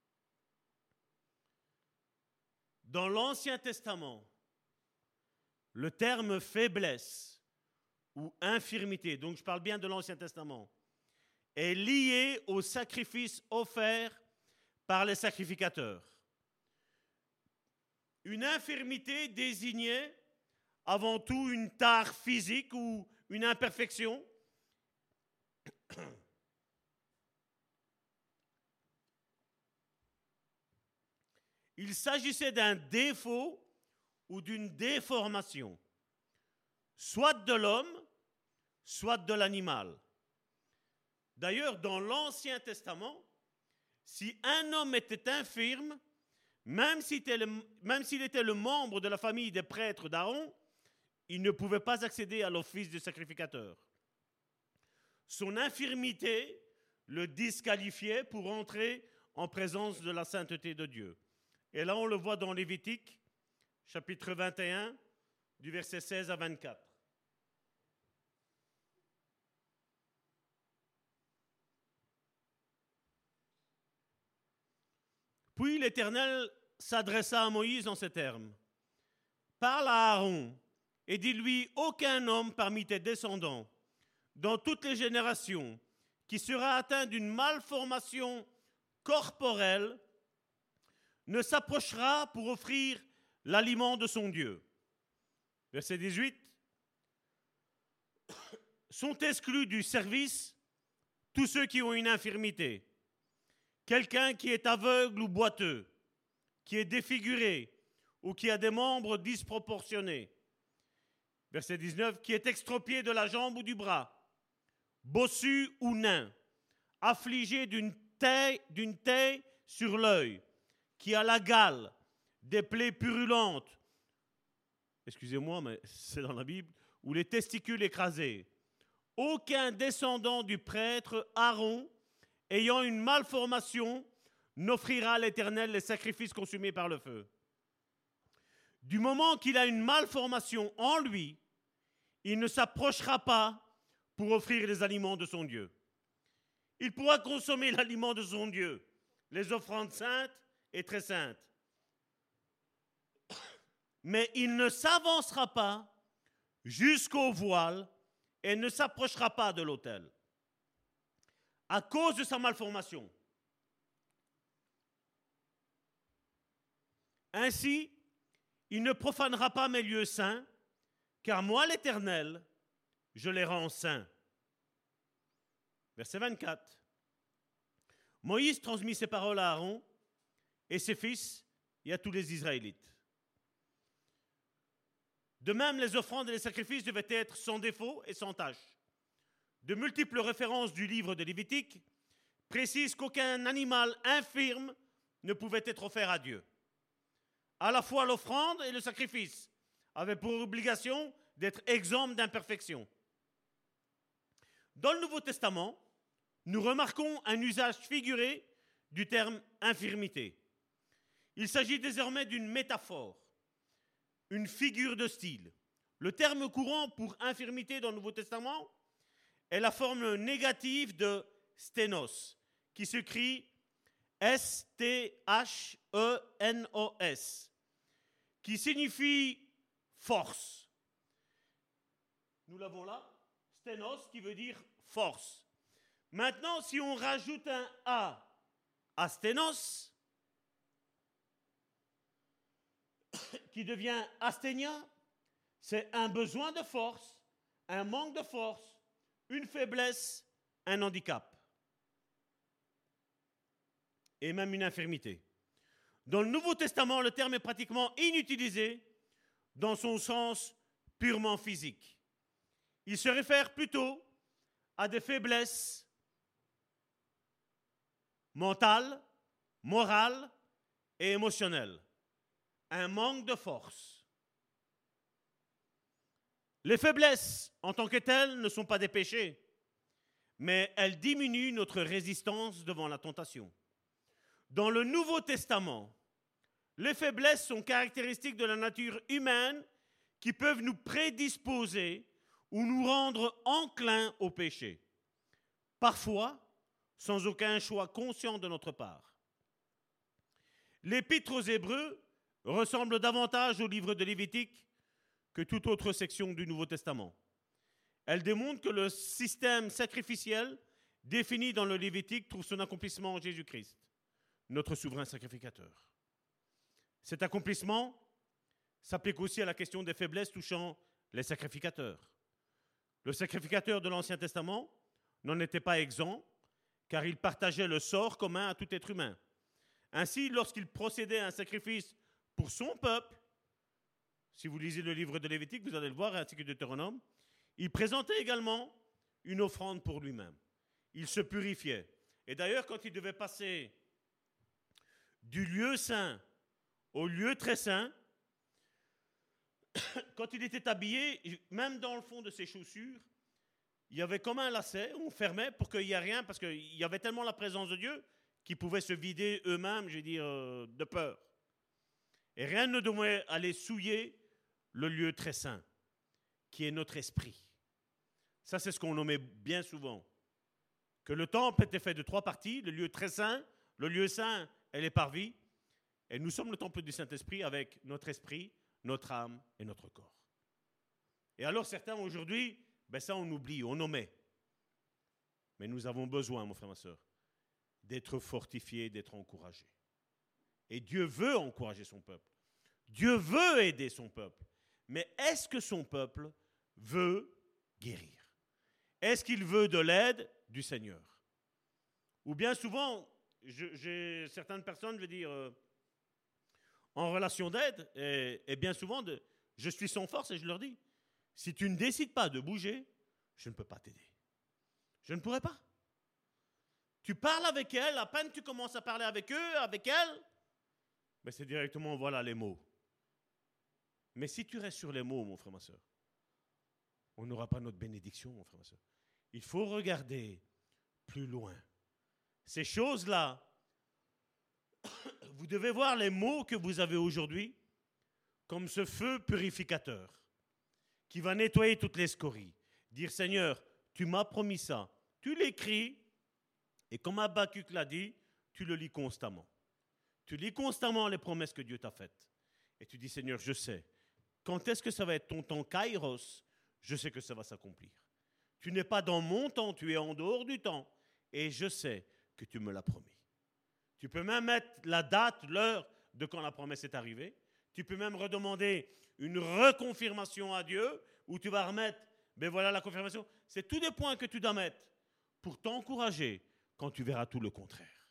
Dans l'Ancien Testament, le terme faiblesse ou infirmité, donc je parle bien de l'Ancien Testament, est lié au sacrifice offert par les sacrificateurs. Une infirmité désignait avant tout une tare physique ou une imperfection. Il s'agissait d'un défaut ou d'une déformation, soit de l'homme, soit de l'animal. D'ailleurs, dans l'Ancien Testament, si un homme était infirme, même s'il était le membre de la famille des prêtres d'Aaron, il ne pouvait pas accéder à l'office de sacrificateur. Son infirmité le disqualifiait pour entrer en présence de la sainteté de Dieu. Et là, on le voit dans Lévitique, chapitre 21, du verset 16 à 24. Puis l'Éternel s'adressa à Moïse en ces termes. Parle à Aaron et dis-lui, aucun homme parmi tes descendants, dans toutes les générations, qui sera atteint d'une malformation corporelle, ne s'approchera pour offrir l'aliment de son Dieu. Verset 18. Sont exclus du service tous ceux qui ont une infirmité. Quelqu'un qui est aveugle ou boiteux, qui est défiguré ou qui a des membres disproportionnés, Verset 19, qui est extropié de la jambe ou du bras, bossu ou nain, affligé d'une taie sur l'œil, qui a la gale, des plaies purulentes, excusez-moi, mais c'est dans la Bible, ou les testicules écrasés. Aucun descendant du prêtre Aaron ayant une malformation n'offrira à l'Éternel les sacrifices consumés par le feu. Du moment qu'il a une malformation en lui, il ne s'approchera pas pour offrir les aliments de son Dieu. Il pourra consommer l'aliment de son Dieu, les offrandes saintes et très saintes. Mais il ne s'avancera pas jusqu'au voile et ne s'approchera pas de l'autel à cause de sa malformation. Ainsi, il ne profanera pas mes lieux saints, car moi, l'Éternel, je les rends saints. Verset 24. Moïse transmit ces paroles à Aaron et ses fils et à tous les Israélites. De même, les offrandes et les sacrifices devaient être sans défaut et sans tache. De multiples références du livre de Lévitique précisent qu'aucun animal infirme ne pouvait être offert à Dieu. À la fois l'offrande et le sacrifice avaient pour obligation d'être exempts d'imperfection. Dans le Nouveau Testament, nous remarquons un usage figuré du terme infirmité. Il s'agit désormais d'une métaphore, une figure de style. Le terme courant pour infirmité dans le Nouveau Testament est la forme négative de sténos, qui s'écrit S-T-H-E-N-O-S, qui signifie force. Nous l'avons là, sténos, qui veut dire force. Maintenant, si on rajoute un A à sténos, qui devient asthénia, c'est un besoin de force, un manque de force, une faiblesse, un handicap. Et même une infirmité. Dans le Nouveau Testament, le terme est pratiquement inutilisé dans son sens purement physique. Il se réfère plutôt à des faiblesses mentales, morales et émotionnelles. Un manque de force. Les faiblesses, en tant que telles, ne sont pas des péchés, mais elles diminuent notre résistance devant la tentation. Dans le Nouveau Testament, les faiblesses sont caractéristiques de la nature humaine qui peuvent nous prédisposer ou nous rendre enclins au péché, parfois sans aucun choix conscient de notre part. L'Épître aux Hébreux ressemble davantage au livre de Lévitique que toute autre section du Nouveau Testament. Elle démontre que le système sacrificiel défini dans le Lévitique trouve son accomplissement en Jésus-Christ, notre souverain sacrificateur. Cet accomplissement s'applique aussi à la question des faiblesses touchant les sacrificateurs. Le sacrificateur de l'Ancien Testament n'en était pas exempt, car il partageait le sort commun à tout être humain. Ainsi, lorsqu'il procédait à un sacrifice pour son peuple, si vous lisez le livre de Lévitique, vous allez le voir, ainsi que Deutéronome, il présentait également une offrande pour lui-même. Il se purifiait. Et d'ailleurs, quand il devait passer du lieu saint au lieu très saint, quand il était habillé, même dans le fond de ses chaussures, il y avait comme un lacet, on fermait pour qu'il n'y ait rien, parce qu'il y avait tellement la présence de Dieu qu'ils pouvaient se vider eux-mêmes, je veux dire, de peur. Et rien ne devait aller souiller le lieu très saint, qui est notre esprit. Ça, c'est ce qu'on nommait bien souvent. Que le temple était fait de 3 parties, le lieu très saint, le lieu saint et les parvis. Et nous sommes le temple du Saint-Esprit avec notre esprit, notre âme et notre corps. Et alors certains aujourd'hui, ça on oublie, on omet. Mais nous avons besoin, mon frère, ma soeur, d'être fortifiés, d'être encouragés. Et Dieu veut encourager son peuple. Dieu veut aider son peuple. Mais est-ce que son peuple veut guérir? Est-ce qu'il veut de l'aide du Seigneur? Ou bien souvent, j'ai certaines personnes, je veux dire, en relation d'aide, et bien souvent, je suis sans force et je leur dis, Si tu ne décides pas de bouger, je ne peux pas t'aider. Je ne pourrai pas. Tu parles avec elle, à peine tu commences à parler avec eux, avec elle, mais c'est directement, voilà les mots. Mais si tu restes sur les mots, mon frère, ma soeur, on n'aura pas notre bénédiction, mon frère, ma soeur. Il faut regarder plus loin. Ces choses-là, vous devez voir les mots que vous avez aujourd'hui comme ce feu purificateur qui va nettoyer toutes les scories. Dire, Seigneur, tu m'as promis ça. Tu l'écris et comme Habakkuk l'a dit, tu le lis constamment. Tu lis constamment les promesses que Dieu t'a faites. Et tu dis, Seigneur, je sais. Quand est-ce que ça va être ton temps Kairos? Je sais que ça va s'accomplir. Tu n'es pas dans mon temps, tu es en dehors du temps. Et je sais que tu me l'as promis. Tu peux même mettre la date, l'heure de quand la promesse est arrivée. Tu peux même redemander une reconfirmation à Dieu où tu vas remettre, ben voilà la confirmation. C'est tous des points que tu dois mettre pour t'encourager quand tu verras tout le contraire.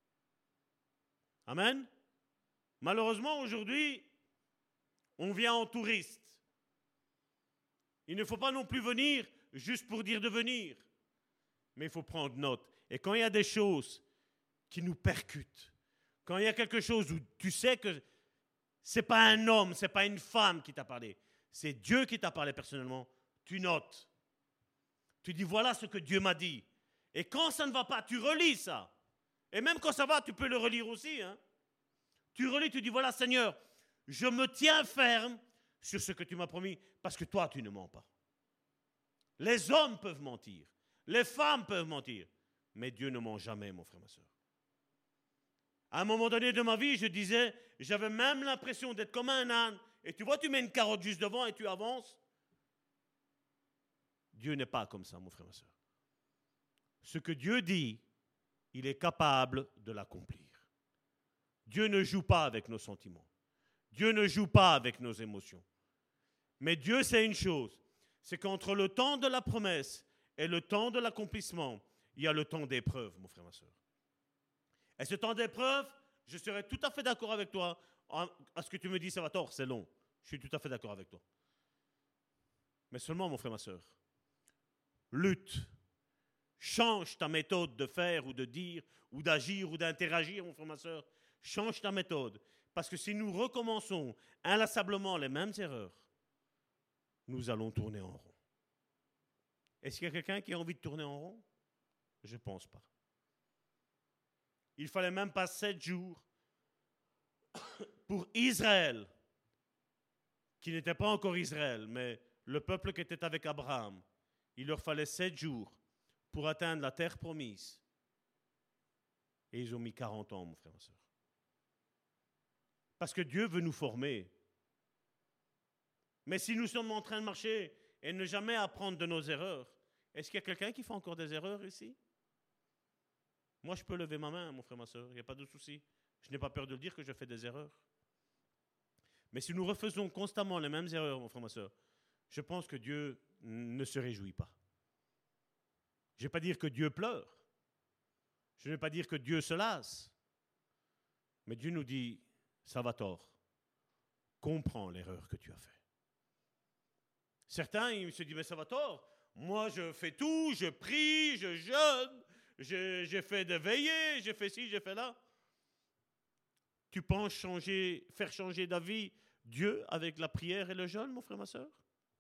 Amen. Malheureusement, aujourd'hui, on vient en touriste. Il ne faut pas non plus venir juste pour dire de venir. Mais il faut prendre note. Et quand il y a des choses qui nous percutent, quand il y a quelque chose où tu sais que ce n'est pas un homme, ce n'est pas une femme qui t'a parlé, c'est Dieu qui t'a parlé personnellement, tu notes. Tu dis voilà ce que Dieu m'a dit. Et quand ça ne va pas, tu relis ça. Et même quand ça va, tu peux le relire aussi. Hein. Tu relis, tu dis voilà Seigneur, je me tiens ferme sur ce que tu m'as promis parce que toi tu ne mens pas. Les hommes peuvent mentir, les femmes peuvent mentir, mais Dieu ne ment jamais, mon frère, ma soeur. À un moment donné de ma vie, je disais, j'avais même l'impression d'être comme un âne. Et tu vois, tu mets une carotte juste devant et tu avances. Dieu n'est pas comme ça, mon frère, ma soeur. Ce que Dieu dit, il est capable de l'accomplir. Dieu ne joue pas avec nos sentiments. Dieu ne joue pas avec nos émotions. Mais Dieu sait une chose, c'est qu'entre le temps de la promesse et le temps de l'accomplissement, il y a le temps d'épreuve, mon frère, ma soeur. Et ce temps d'épreuve, je serais tout à fait d'accord avec toi à ce que tu me dis, Salvatore, c'est long. Je suis tout à fait d'accord avec toi. Mais seulement, mon frère, ma soeur, lutte. Change ta méthode de faire ou de dire ou d'agir ou d'interagir, mon frère, ma soeur. Change ta méthode. Parce que si nous recommençons inlassablement les mêmes erreurs, nous allons tourner en rond. Est-ce qu'il y a quelqu'un qui a envie de tourner en rond? Je ne pense pas. Il ne fallait même pas 7 jours pour Israël, qui n'était pas encore Israël, mais le peuple qui était avec Abraham. Il leur fallait 7 jours pour atteindre la terre promise. Et ils ont mis 40 ans, mon frère, ma soeur. Parce que Dieu veut nous former. Mais si nous sommes en train de marcher et ne jamais apprendre de nos erreurs, est-ce qu'il y a quelqu'un qui fait encore des erreurs ici? Moi, je peux lever ma main, mon frère, ma soeur, il n'y a pas de souci. Je n'ai pas peur de le dire que je fais des erreurs. Mais si nous refaisons constamment les mêmes erreurs, mon frère, ma soeur, je pense que Dieu ne se réjouit pas. Je ne vais pas dire que Dieu pleure. Je ne vais pas dire que Dieu se lasse. Mais Dieu nous dit, Salvatore, comprends l'erreur que tu as faite. Certains, ils se disent, mais Salvatore, moi je fais tout, je prie, je jeûne, j'ai fait des veillées, j'ai fait ci, j'ai fait là. Tu penses faire changer d'avis Dieu avec la prière et le jeûne, mon frère, ma soeur?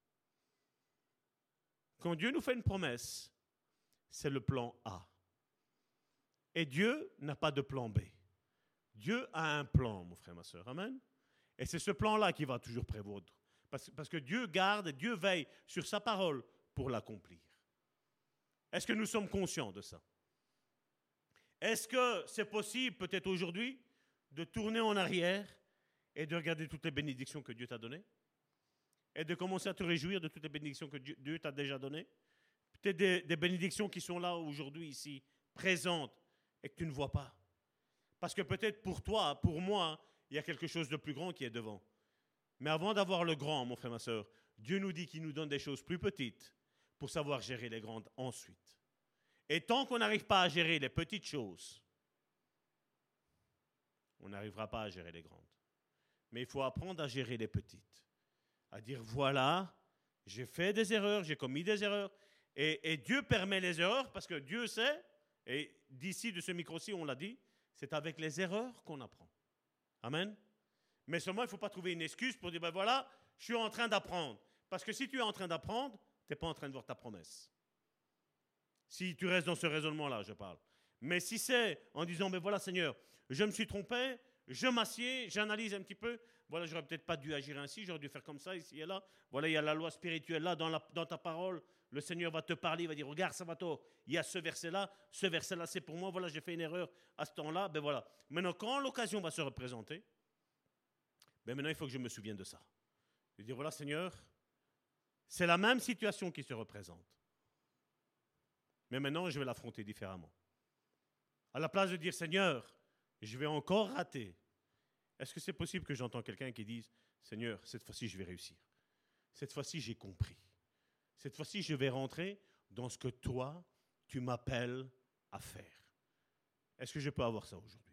Quand Dieu nous fait une promesse, c'est le plan A. Et Dieu n'a pas de plan B. Dieu a un plan, mon frère, ma soeur. Amen. Et c'est ce plan-là qui va toujours prévaloir. Parce que Dieu garde et Dieu veille sur sa parole pour l'accomplir. Est-ce que nous sommes conscients de ça? Est-ce que c'est possible, peut-être aujourd'hui, de tourner en arrière et de regarder toutes les bénédictions que Dieu t'a données? Et de commencer à te réjouir de toutes les bénédictions que Dieu t'a déjà données? Peut-être des bénédictions qui sont là aujourd'hui, ici, présentes, et que tu ne vois pas. Parce que peut-être pour toi, pour moi, il y a quelque chose de plus grand qui est devant. Mais avant d'avoir le grand, mon frère, ma soeur, Dieu nous dit qu'il nous donne des choses plus petites pour savoir gérer les grandes ensuite. Et tant qu'on n'arrive pas à gérer les petites choses, on n'arrivera pas à gérer les grandes. Mais il faut apprendre à gérer les petites. À dire, voilà, J'ai fait des erreurs, j'ai commis des erreurs. Et Dieu permet les erreurs parce que Dieu sait, et d'ici, de ce micro-ci, on l'a dit, c'est avec les erreurs qu'on apprend. Amen. Mais seulement, il ne faut pas trouver une excuse pour dire, ben voilà, je suis en train d'apprendre. Parce que si tu es en train d'apprendre, tu n'es pas en train de voir ta promesse. Si tu restes dans ce raisonnement-là, je parle. Mais si c'est en disant, ben voilà Seigneur, je me suis trompé, je m'assieds, j'analyse un petit peu, voilà, j'aurais peut-être pas dû agir ainsi, j'aurais dû faire comme ça, ici et là. Voilà, il y a la loi spirituelle là, dans ta parole. Le Seigneur va te parler, il va dire, regarde Salvatore, il y a ce verset-là c'est pour moi, voilà, j'ai fait une erreur à ce temps-là, ben voilà. Maintenant, quand l'occasion va se représenter, ben maintenant, il faut que je me souvienne de ça. Je vais dire, voilà Seigneur, c'est la même situation qui se représente. Mais maintenant, je vais l'affronter différemment. À la place de dire, Seigneur, je vais encore rater, est-ce que c'est possible que j'entends quelqu'un qui dise, Seigneur, cette fois-ci, je vais réussir. Cette fois-ci, j'ai compris. Cette fois-ci, je vais rentrer dans ce que toi, tu m'appelles à faire. Est-ce que je peux avoir ça aujourd'hui?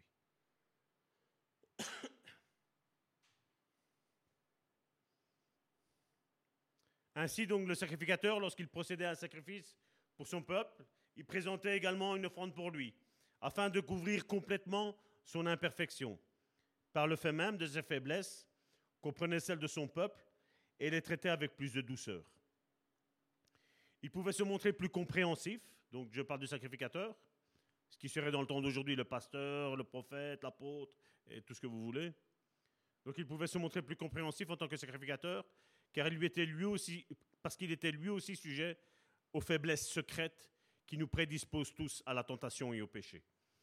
Ainsi, donc, le sacrificateur, lorsqu'il procédait à un sacrifice pour son peuple, il présentait également une offrande pour lui, afin de couvrir complètement son imperfection. Par le fait même de ses faiblesses, comprenait celles de son peuple et les traitait avec plus de douceur. Il pouvait se montrer plus compréhensif, donc je parle du sacrificateur, ce qui serait dans le temps d'aujourd'hui le pasteur, le prophète, l'apôtre et tout ce que vous voulez. Donc il pouvait se montrer plus compréhensif en tant que sacrificateur, car parce qu'il était lui aussi sujet aux faiblesses secrètes qui nous prédisposent tous à la tentation et au péché.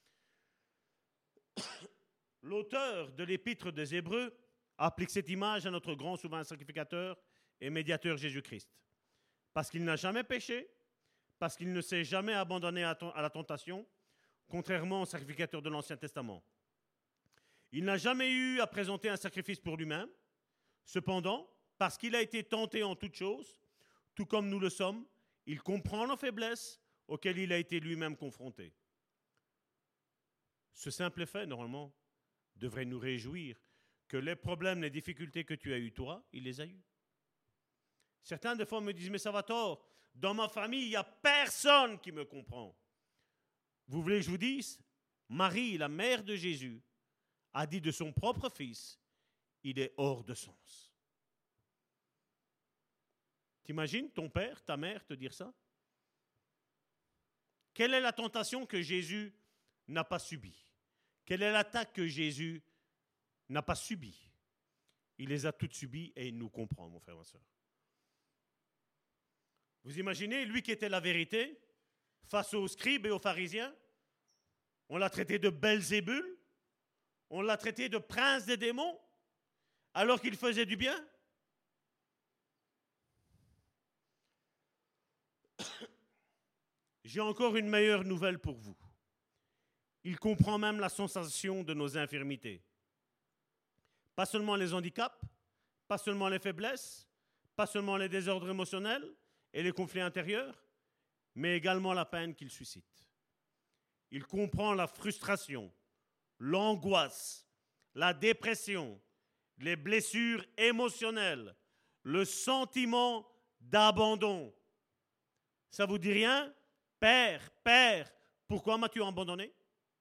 L'auteur de l'épître des Hébreux applique cette image à notre grand souverain sacrificateur et médiateur Jésus-Christ. Parce qu'il n'a jamais péché, parce qu'il ne s'est jamais abandonné à la tentation, contrairement au sacrificateur de l'Ancien Testament. Il n'a jamais eu à présenter un sacrifice pour lui-même. Cependant, parce qu'il a été tenté en toutes choses, tout comme nous le sommes, il comprend nos faiblesses auxquelles il a été lui-même confronté. Ce simple fait, normalement, devrait nous réjouir que les problèmes, les difficultés que tu as eues, toi, il les a eues. Certains, des fois, me disent, mais Salvatore, dans ma famille, il n'y a personne qui me comprend. Vous voulez que je vous dise? Marie, la mère de Jésus, a dit de son propre fils, il est hors de sens. T'imagines ton père, ta mère te dire ça? Quelle est la tentation que Jésus n'a pas subie? Quelle est l'attaque que Jésus n'a pas subie? Il les a toutes subies et il nous comprend, mon frère, ma soeur. Vous imaginez, lui qui était la vérité, face aux scribes et aux pharisiens, on l'a traité de Belzébul, on l'a traité de prince des démons, alors qu'il faisait du bien. J'ai encore une meilleure nouvelle pour vous. Il comprend même la sensation de nos infirmités. Pas seulement les handicaps, pas seulement les faiblesses, pas seulement les désordres émotionnels et les conflits intérieurs, mais également la peine qu'ils suscitent. Il comprend la frustration, l'angoisse, la dépression, les blessures émotionnelles, le sentiment d'abandon. Ça vous dit rien? Père, pourquoi m'as-tu abandonné?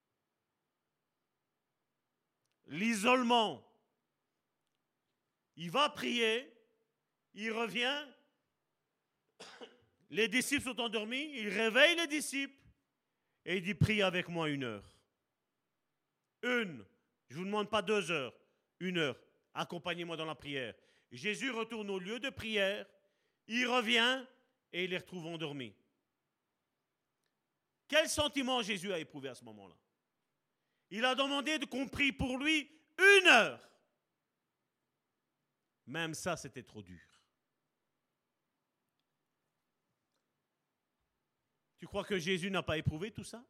L'isolement. Il va prier, il revient, les disciples sont endormis, il réveille les disciples et il dit, prie avec moi 1 heure. Je ne vous demande pas 2 heures, 1 heure. Accompagnez-moi dans la prière. Jésus retourne au lieu de prière, il revient et il les retrouve endormis. Quel sentiment Jésus a éprouvé à ce moment-là? Il a demandé qu'on prie pour lui 1 heure. Même ça, c'était trop dur. Tu crois que Jésus n'a pas éprouvé tout ça?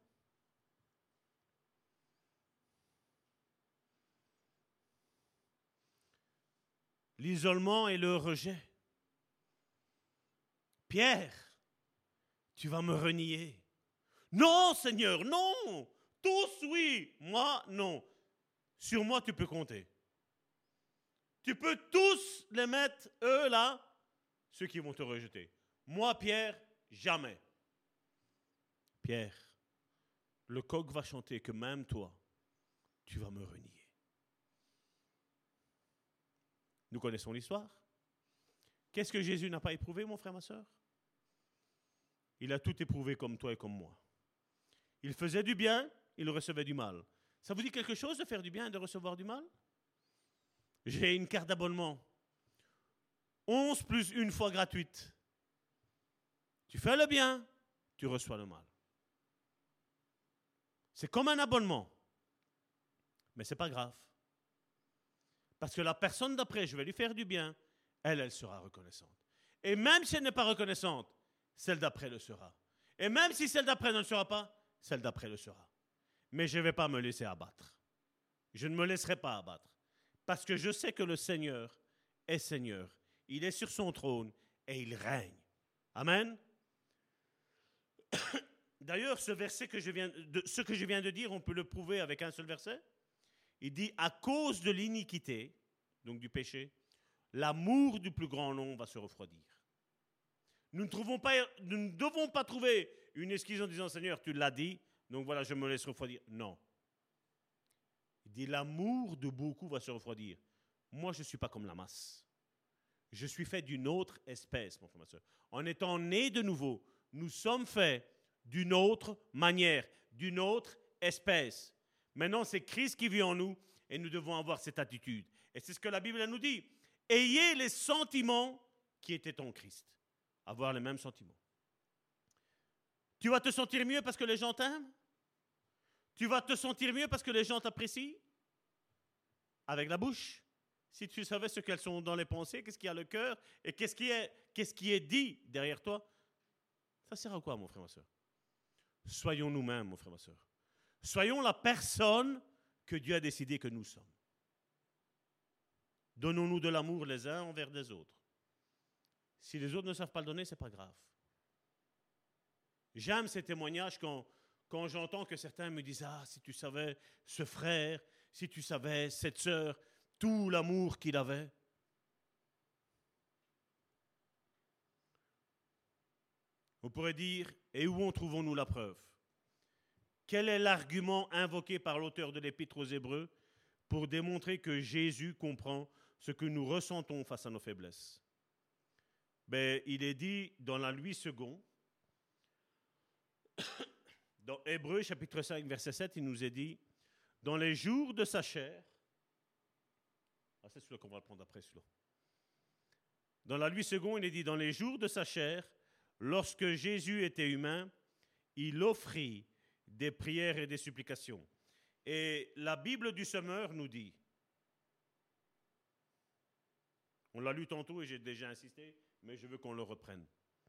L'isolement et le rejet. Pierre, tu vas me renier. Non, Seigneur, non. Tous, oui. Moi, non. Sur moi, tu peux compter. Tu peux tous les mettre, eux, là, ceux qui vont te rejeter. Moi, Pierre, jamais. Pierre, le coq va chanter que même toi, tu vas me renier. Nous connaissons l'histoire. Qu'est-ce que Jésus n'a pas éprouvé, mon frère, ma soeur? Il a tout éprouvé comme toi et comme moi. Il faisait du bien, il recevait du mal. Ça vous dit quelque chose de faire du bien et de recevoir du mal? J'ai une carte d'abonnement. 11 plus une fois gratuite. Tu fais le bien, tu reçois le mal. C'est comme un abonnement. Mais ce n'est pas grave. Parce que la personne d'après, je vais lui faire du bien, elle sera reconnaissante. Et même si elle n'est pas reconnaissante, celle d'après le sera. Et même si celle d'après ne le sera pas, celle d'après le sera. Mais je ne vais pas me laisser abattre. Je ne me laisserai pas abattre. Parce que je sais que le Seigneur est Seigneur. Il est sur son trône et il règne. Amen. D'ailleurs, ce que je viens de dire, on peut le prouver avec un seul verset. Il dit, à cause de l'iniquité, donc du péché, l'amour du plus grand nombre va se refroidir. Nous ne devons pas trouver une excuse en disant, Seigneur, tu l'as dit, donc voilà, je me laisse refroidir. Non. Il dit, l'amour de beaucoup va se refroidir. Moi, je ne suis pas comme la masse. Je suis fait d'une autre espèce, mon frère, ma soeur. En étant né de nouveau, nous sommes faits d'une autre manière, d'une autre espèce. Maintenant, c'est Christ qui vit en nous et nous devons avoir cette attitude. Et c'est ce que la Bible nous dit. Ayez les sentiments qui étaient en Christ. Avoir les mêmes sentiments. Tu vas te sentir mieux parce que les gens t'aiment? Tu vas te sentir mieux parce que les gens t'apprécient? Avec la bouche. Si tu savais ce qu'elles sont dans les pensées, qu'est-ce qu'il y a le cœur et qu'est-ce qui est dit derrière toi, ça sert à quoi, mon frère, ma soeur? Soyons nous-mêmes, mon frère, ma soeur. Soyons la personne que Dieu a décidé que nous sommes. Donnons-nous de l'amour les uns envers les autres. Si les autres ne savent pas le donner, ce n'est pas grave. J'aime ces témoignages quand j'entends que certains me disent « Ah, si tu savais ce frère, si tu savais cette sœur, tout l'amour qu'il avait. » On pourrait dire « Et où en trouvons-nous la preuve ?» Quel est l'argument invoqué par l'auteur de l'Épître aux Hébreux pour démontrer que Jésus comprend ce que nous ressentons face à nos faiblesses? Il est dit dans la Louis II, dans Hébreux chapitre 5, verset 7, il nous est dit « Dans les jours de sa chair », c'est celui-là qu'on va le prendre après, celui-là. Dans la Louis II, il est dit « Dans les jours de sa chair, lorsque Jésus était humain, il offrit des prières et des supplications. » Et la Bible du Semeur nous dit, on l'a lu tantôt et j'ai déjà insisté, mais je veux qu'on le reprenne.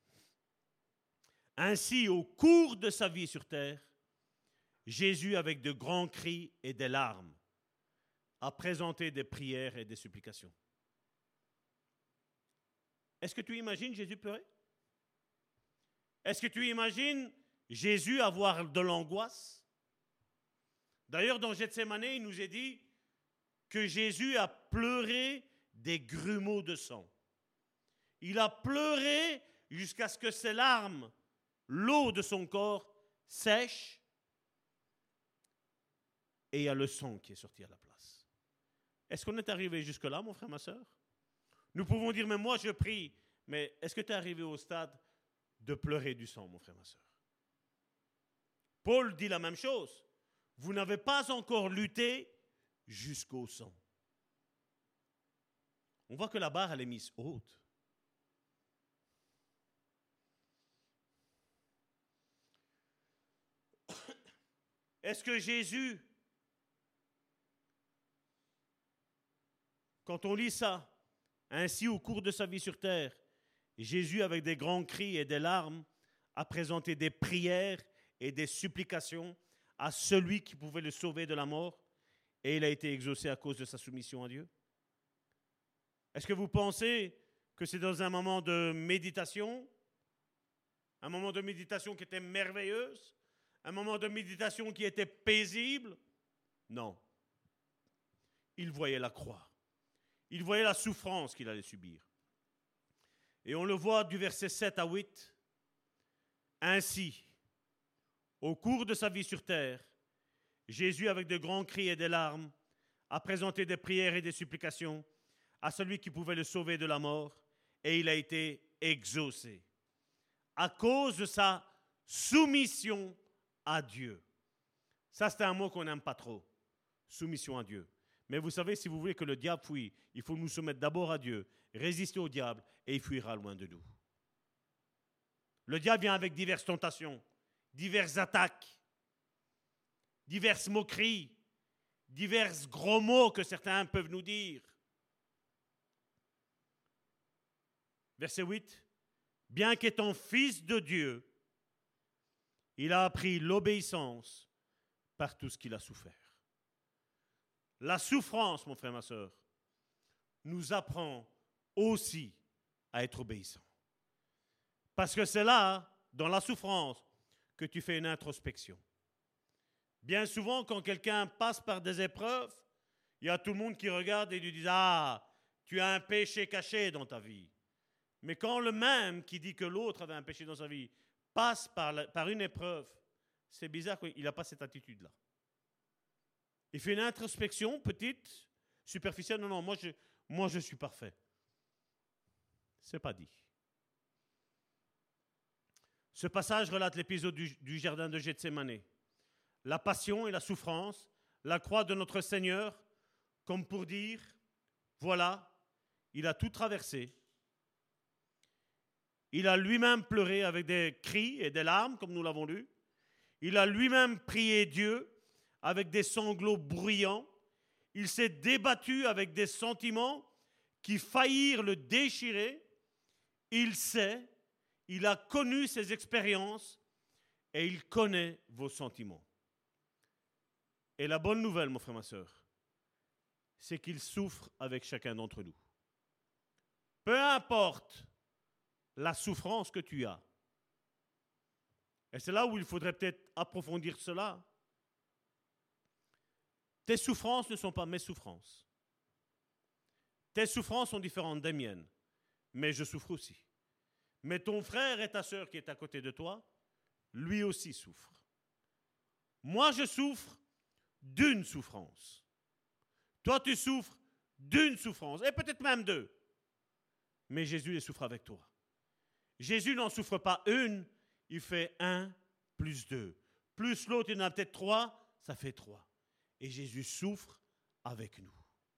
Ainsi, au cours de sa vie sur terre, Jésus, avec de grands cris et des larmes, a présenté des prières et des supplications. Est-ce que tu imagines Jésus pleurer? Est-ce que tu imagines Jésus avoir de l'angoisse? D'ailleurs, dans Gethsémane, il nous est dit que Jésus a pleuré des grumeaux de sang. Il a pleuré jusqu'à ce que ses larmes, l'eau de son corps, sèche et il y a le sang qui est sorti à la place. Est-ce qu'on est arrivé jusque-là, mon frère, ma soeur? Nous pouvons dire, mais moi je prie, mais est-ce que tu es arrivé au stade de pleurer du sang, mon frère, ma soeur? Paul dit la même chose. Vous n'avez pas encore lutté jusqu'au sang. On voit que la barre, elle est mise haute. Est-ce que Jésus, quand on lit ça, ainsi au cours de sa vie sur terre, Jésus, avec des grands cris et des larmes, a présenté des prières et des supplications à celui qui pouvait le sauver de la mort, et il a été exaucé à cause de sa soumission à Dieu? Est-ce que vous pensez que c'est dans un moment de méditation, un moment de méditation qui était merveilleuse, un moment de méditation qui était paisible? Non. Il voyait la croix. Il voyait la souffrance qu'il allait subir. Et on le voit du verset 7 à 8. Ainsi, au cours de sa vie sur terre, Jésus, avec de grands cris et des larmes, a présenté des prières et des supplications à celui qui pouvait le sauver de la mort, et il a été exaucé à cause de sa soumission à Dieu. Ça, c'est un mot qu'on n'aime pas trop, soumission à Dieu. Mais vous savez, si vous voulez que le diable fuit, il faut nous soumettre d'abord à Dieu, résister au diable, et il fuira loin de nous. Le diable vient avec diverses tentations, diverses attaques, diverses moqueries, divers gros mots que certains peuvent nous dire. Verset 8. Bien qu'étant fils de Dieu, il a appris l'obéissance par tout ce qu'il a souffert. La souffrance, mon frère, ma soeur, nous apprend aussi à être obéissants. Parce que c'est là, dans la souffrance, que tu fais une introspection. Bien souvent, quand quelqu'un passe par des épreuves, il y a tout le monde qui regarde et lui dit « Ah, tu as un péché caché dans ta vie. » Mais quand le même qui dit que l'autre avait un péché dans sa vie passe par une épreuve, c'est bizarre qu'il n'a pas cette attitude-là. Il fait une introspection petite, superficielle. Non, moi je suis parfait. C'est pas dit. Ce passage relate l'épisode du jardin de Gethsémani. La passion et la souffrance, la croix de notre Seigneur, comme pour dire, voilà, il a tout traversé. Il a lui-même pleuré avec des cris et des larmes, comme nous l'avons lu. Il a lui-même prié Dieu avec des sanglots bruyants. Il s'est débattu avec des sentiments qui faillirent le déchirer. Il sait, il a connu ses expériences et il connaît vos sentiments. Et la bonne nouvelle, mon frère, ma soeur, c'est qu'il souffre avec chacun d'entre nous. Peu importe la souffrance que tu as. Et c'est là où il faudrait peut-être approfondir cela. Tes souffrances ne sont pas mes souffrances. Tes souffrances sont différentes des miennes, mais je souffre aussi. Mais ton frère et ta sœur qui est à côté de toi, lui aussi souffre. Moi, je souffre d'une souffrance. Toi, tu souffres d'une souffrance, et peut-être même deux. Mais Jésus les souffre avec toi. Jésus n'en souffre pas une, il fait 1 plus 2. Plus l'autre, il en a peut-être 3, ça fait 3. Et Jésus souffre avec nous.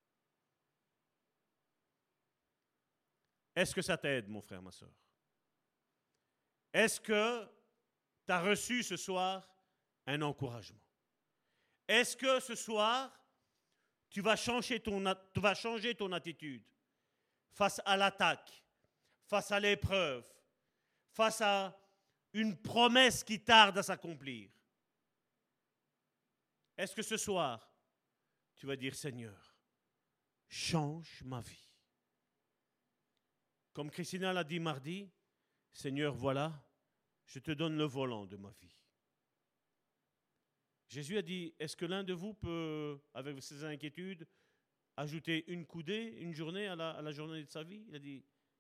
Est-ce que ça t'aide, mon frère, ma soeur? Est-ce que tu as reçu ce soir un encouragement? Est-ce que ce soir, tu vas changer ton attitude face à l'attaque, face à l'épreuve, face à une promesse qui tarde à s'accomplir? Est-ce que ce soir, tu vas dire, Seigneur, change ma vie? Comme Christina l'a dit mardi, Seigneur, voilà, je te donne le volant de ma vie. Jésus a dit, est-ce que l'un de vous peut, avec ses inquiétudes, ajouter une coudée, une journée à la journée de sa vie? Il a dit,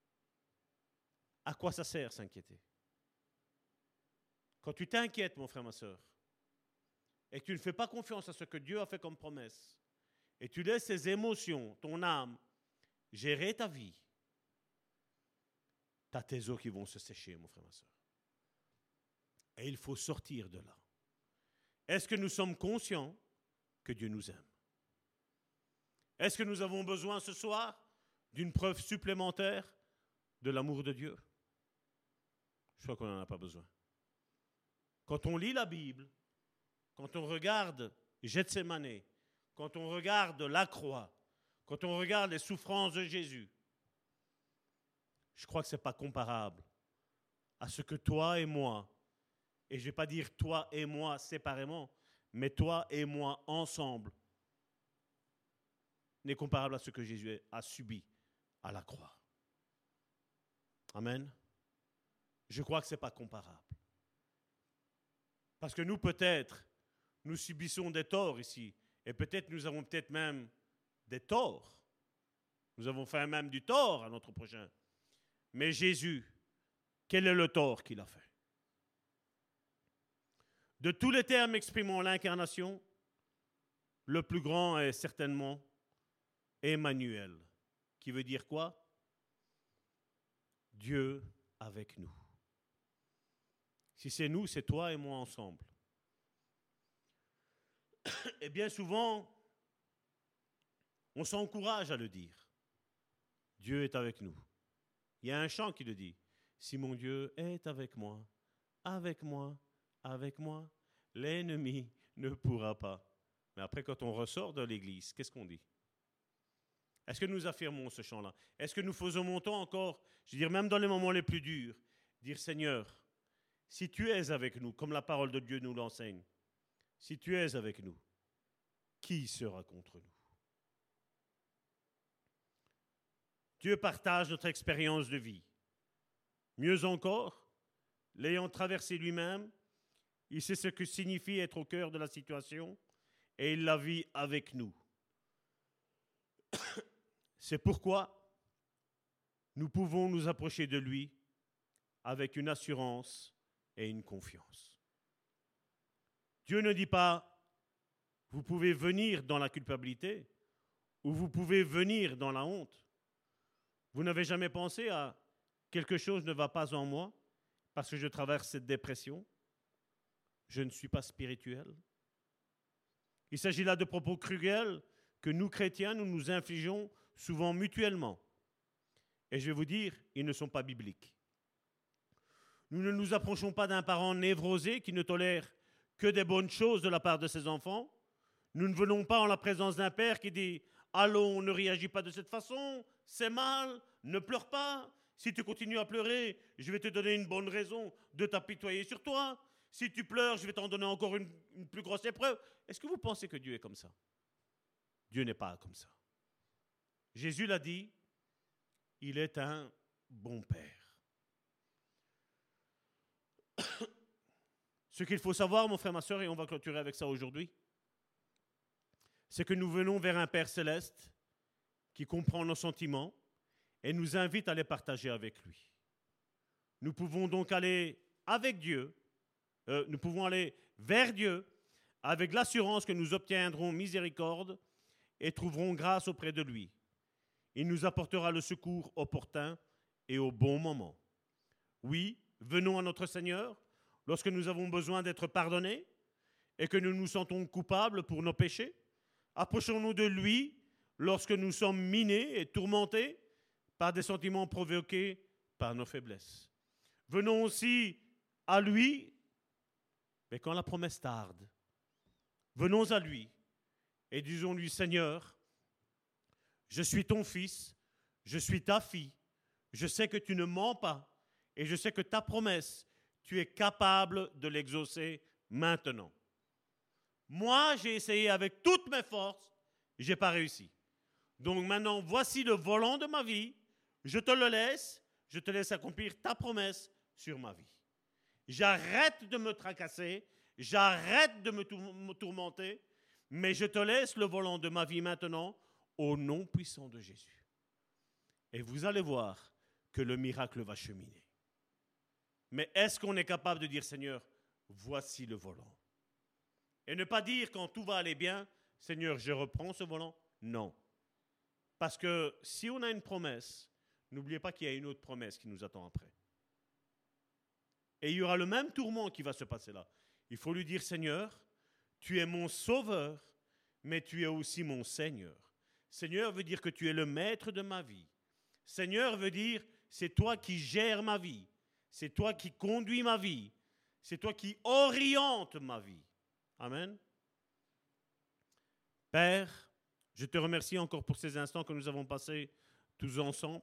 à quoi ça sert s'inquiéter? Quand tu t'inquiètes, mon frère, ma soeur, et que tu ne fais pas confiance à ce que Dieu a fait comme promesse, et tu laisses tes émotions, ton âme, gérer ta vie, tu as tes eaux qui vont se sécher, mon frère, ma soeur. Et il faut sortir de là. Est-ce que nous sommes conscients que Dieu nous aime? Est-ce que nous avons besoin ce soir d'une preuve supplémentaire de l'amour de Dieu? Je crois qu'on n'en a pas besoin. Quand on lit la Bible, quand on regarde Gethsémani, quand on regarde la croix, quand on regarde les souffrances de Jésus, je crois que ce n'est pas comparable à ce que toi et moi, et je ne vais pas dire toi et moi séparément, mais toi et moi ensemble, n'est comparable à ce que Jésus a subi à la croix. Amen. Je crois que ce n'est pas comparable. Parce que nous, peut-être, nous subissons des torts ici. Et peut-être nous avons peut-être même des torts. Nous avons fait même du tort à notre prochain. Mais Jésus, quel est le tort qu'il a fait? De tous les termes exprimant l'incarnation, le plus grand est certainement Emmanuel, qui veut dire quoi? Dieu avec nous. Si c'est nous, c'est toi et moi ensemble. Et bien souvent, on s'encourage à le dire. Dieu est avec nous. Il y a un chant qui le dit. Si mon Dieu est avec moi, avec moi, avec moi, l'ennemi ne pourra pas. Mais après, quand on ressort de l'église, qu'est-ce qu'on dit? Est-ce que nous affirmons ce chant-là? Est-ce que nous faisons monter encore, je veux dire, même dans les moments les plus durs, dire Seigneur, si tu es avec nous, comme la parole de Dieu nous l'enseigne, si tu es avec nous, qui sera contre nous? Dieu partage notre expérience de vie. Mieux encore, l'ayant traversé lui-même, il sait ce que signifie être au cœur de la situation et il la vit avec nous. C'est pourquoi nous pouvons nous approcher de lui avec une assurance et une confiance. Dieu ne dit pas, vous pouvez venir dans la culpabilité ou vous pouvez venir dans la honte. Vous n'avez jamais pensé à quelque chose ne va pas en moi parce que je traverse cette dépression? Je ne suis pas spirituel. Il s'agit là de propos cruels que nous, chrétiens, nous nous infligeons souvent mutuellement. Et je vais vous dire, ils ne sont pas bibliques. Nous ne nous approchons pas d'un parent névrosé qui ne tolère que des bonnes choses de la part de ses enfants. Nous ne venons pas en la présence d'un père qui dit « Allons, ne réagis pas de cette façon, c'est mal, ne pleure pas. Si tu continues à pleurer, je vais te donner une bonne raison de t'apitoyer sur toi. Si tu pleures, je vais t'en donner encore une plus grosse épreuve. » Est-ce que vous pensez que Dieu est comme ça? Dieu n'est pas comme ça. Jésus l'a dit, il est un bon père. Ce qu'il faut savoir, mon frère, ma soeur, et on va clôturer avec ça aujourd'hui, c'est que nous venons vers un Père céleste qui comprend nos sentiments et nous invite à les partager avec lui. Nous pouvons donc aller avec Dieu, nous pouvons aller vers Dieu avec l'assurance que nous obtiendrons miséricorde et trouverons grâce auprès de lui. Il nous apportera le secours opportun et au bon moment. Oui, venons à notre Seigneur lorsque nous avons besoin d'être pardonnés et que nous nous sentons coupables pour nos péchés. Approchons-nous de lui lorsque nous sommes minés et tourmentés par des sentiments provoqués par nos faiblesses. Venons aussi à lui, mais quand la promesse tarde. Venons à lui et disons-lui, Seigneur, je suis ton fils, je suis ta fille, je sais que tu ne mens pas et je sais que ta promesse, tu es capable de l'exaucer maintenant. Moi, j'ai essayé avec toutes mes forces, je n'ai pas réussi. Donc maintenant, voici le volant de ma vie, je te laisse accomplir ta promesse sur ma vie. J'arrête de me tracasser, j'arrête de me tourmenter, mais je te laisse le volant de ma vie maintenant au nom puissant de Jésus. Et vous allez voir que le miracle va cheminer. Mais est-ce qu'on est capable de dire, Seigneur, voici le volant? Et ne pas dire quand tout va aller bien, Seigneur, je reprends ce volant. Non. Parce que si on a une promesse, n'oubliez pas qu'il y a une autre promesse qui nous attend après. Et il y aura le même tourment qui va se passer là. Il faut lui dire, Seigneur, tu es mon sauveur, mais tu es aussi mon Seigneur. Seigneur veut dire que tu es le maître de ma vie. Seigneur veut dire, c'est toi qui gères ma vie. C'est toi qui conduis ma vie. C'est toi qui orientes ma vie. Amen. Père, je te remercie encore pour ces instants que nous avons passés tous ensemble.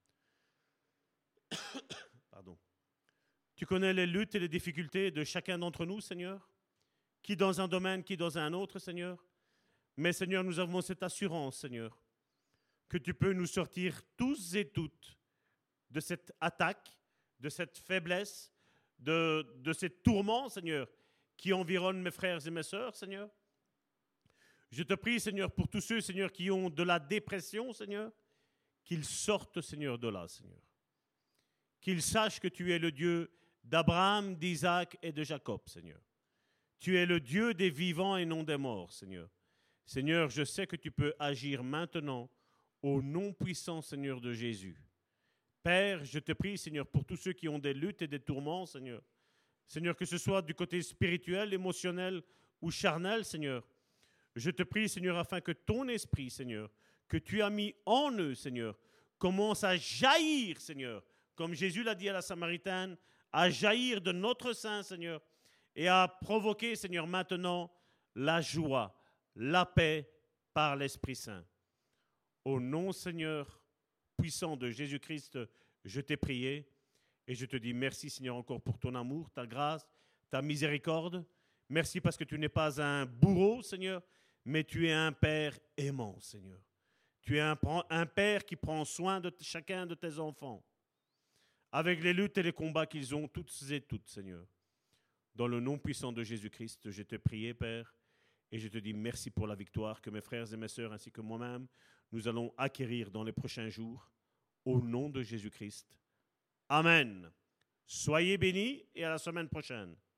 Pardon. Tu connais les luttes et les difficultés de chacun d'entre nous, Seigneur. Qui dans un domaine, qui dans un autre, Seigneur. Mais Seigneur, nous avons cette assurance, Seigneur, que tu peux nous sortir tous et toutes de cette attaque, de cette faiblesse, de ces tourments, Seigneur, qui environnent mes frères et mes sœurs, Seigneur. Je te prie, Seigneur, pour tous ceux, Seigneur, qui ont de la dépression, Seigneur, qu'ils sortent, Seigneur, de là, Seigneur. qu'ils sachent que tu es le Dieu d'Abraham, d'Isaac et de Jacob, Seigneur. Tu es le Dieu des vivants et non des morts, Seigneur. Seigneur, je sais que tu peux agir maintenant au nom puissant, Seigneur, de Jésus. Père, je te prie, Seigneur, pour tous ceux qui ont des luttes et des tourments, Seigneur. Seigneur, que ce soit du côté spirituel, émotionnel ou charnel, Seigneur. Je te prie, Seigneur, afin que ton esprit, Seigneur, que tu as mis en eux, Seigneur, commence à jaillir, Seigneur, comme Jésus l'a dit à la Samaritaine, à jaillir de notre sein, Seigneur, et à provoquer, Seigneur, maintenant la joie, la paix par l'Esprit Saint. Au nom, Seigneur, puissant de Jésus-Christ, je t'ai prié et je te dis merci, Seigneur, encore pour ton amour, ta grâce, ta miséricorde. Merci parce que tu n'es pas un bourreau, Seigneur, mais tu es un Père aimant, Seigneur. Tu es un Père qui prend soin de chacun de tes enfants, avec les luttes et les combats qu'ils ont toutes et toutes, Seigneur. Dans le nom puissant de Jésus-Christ, je t'ai prié, Père, et je te dis merci pour la victoire que mes frères et mes sœurs, ainsi que moi-même, nous allons acquérir dans les prochains jours, au nom de Jésus-Christ. Amen. Soyez bénis et à la semaine prochaine.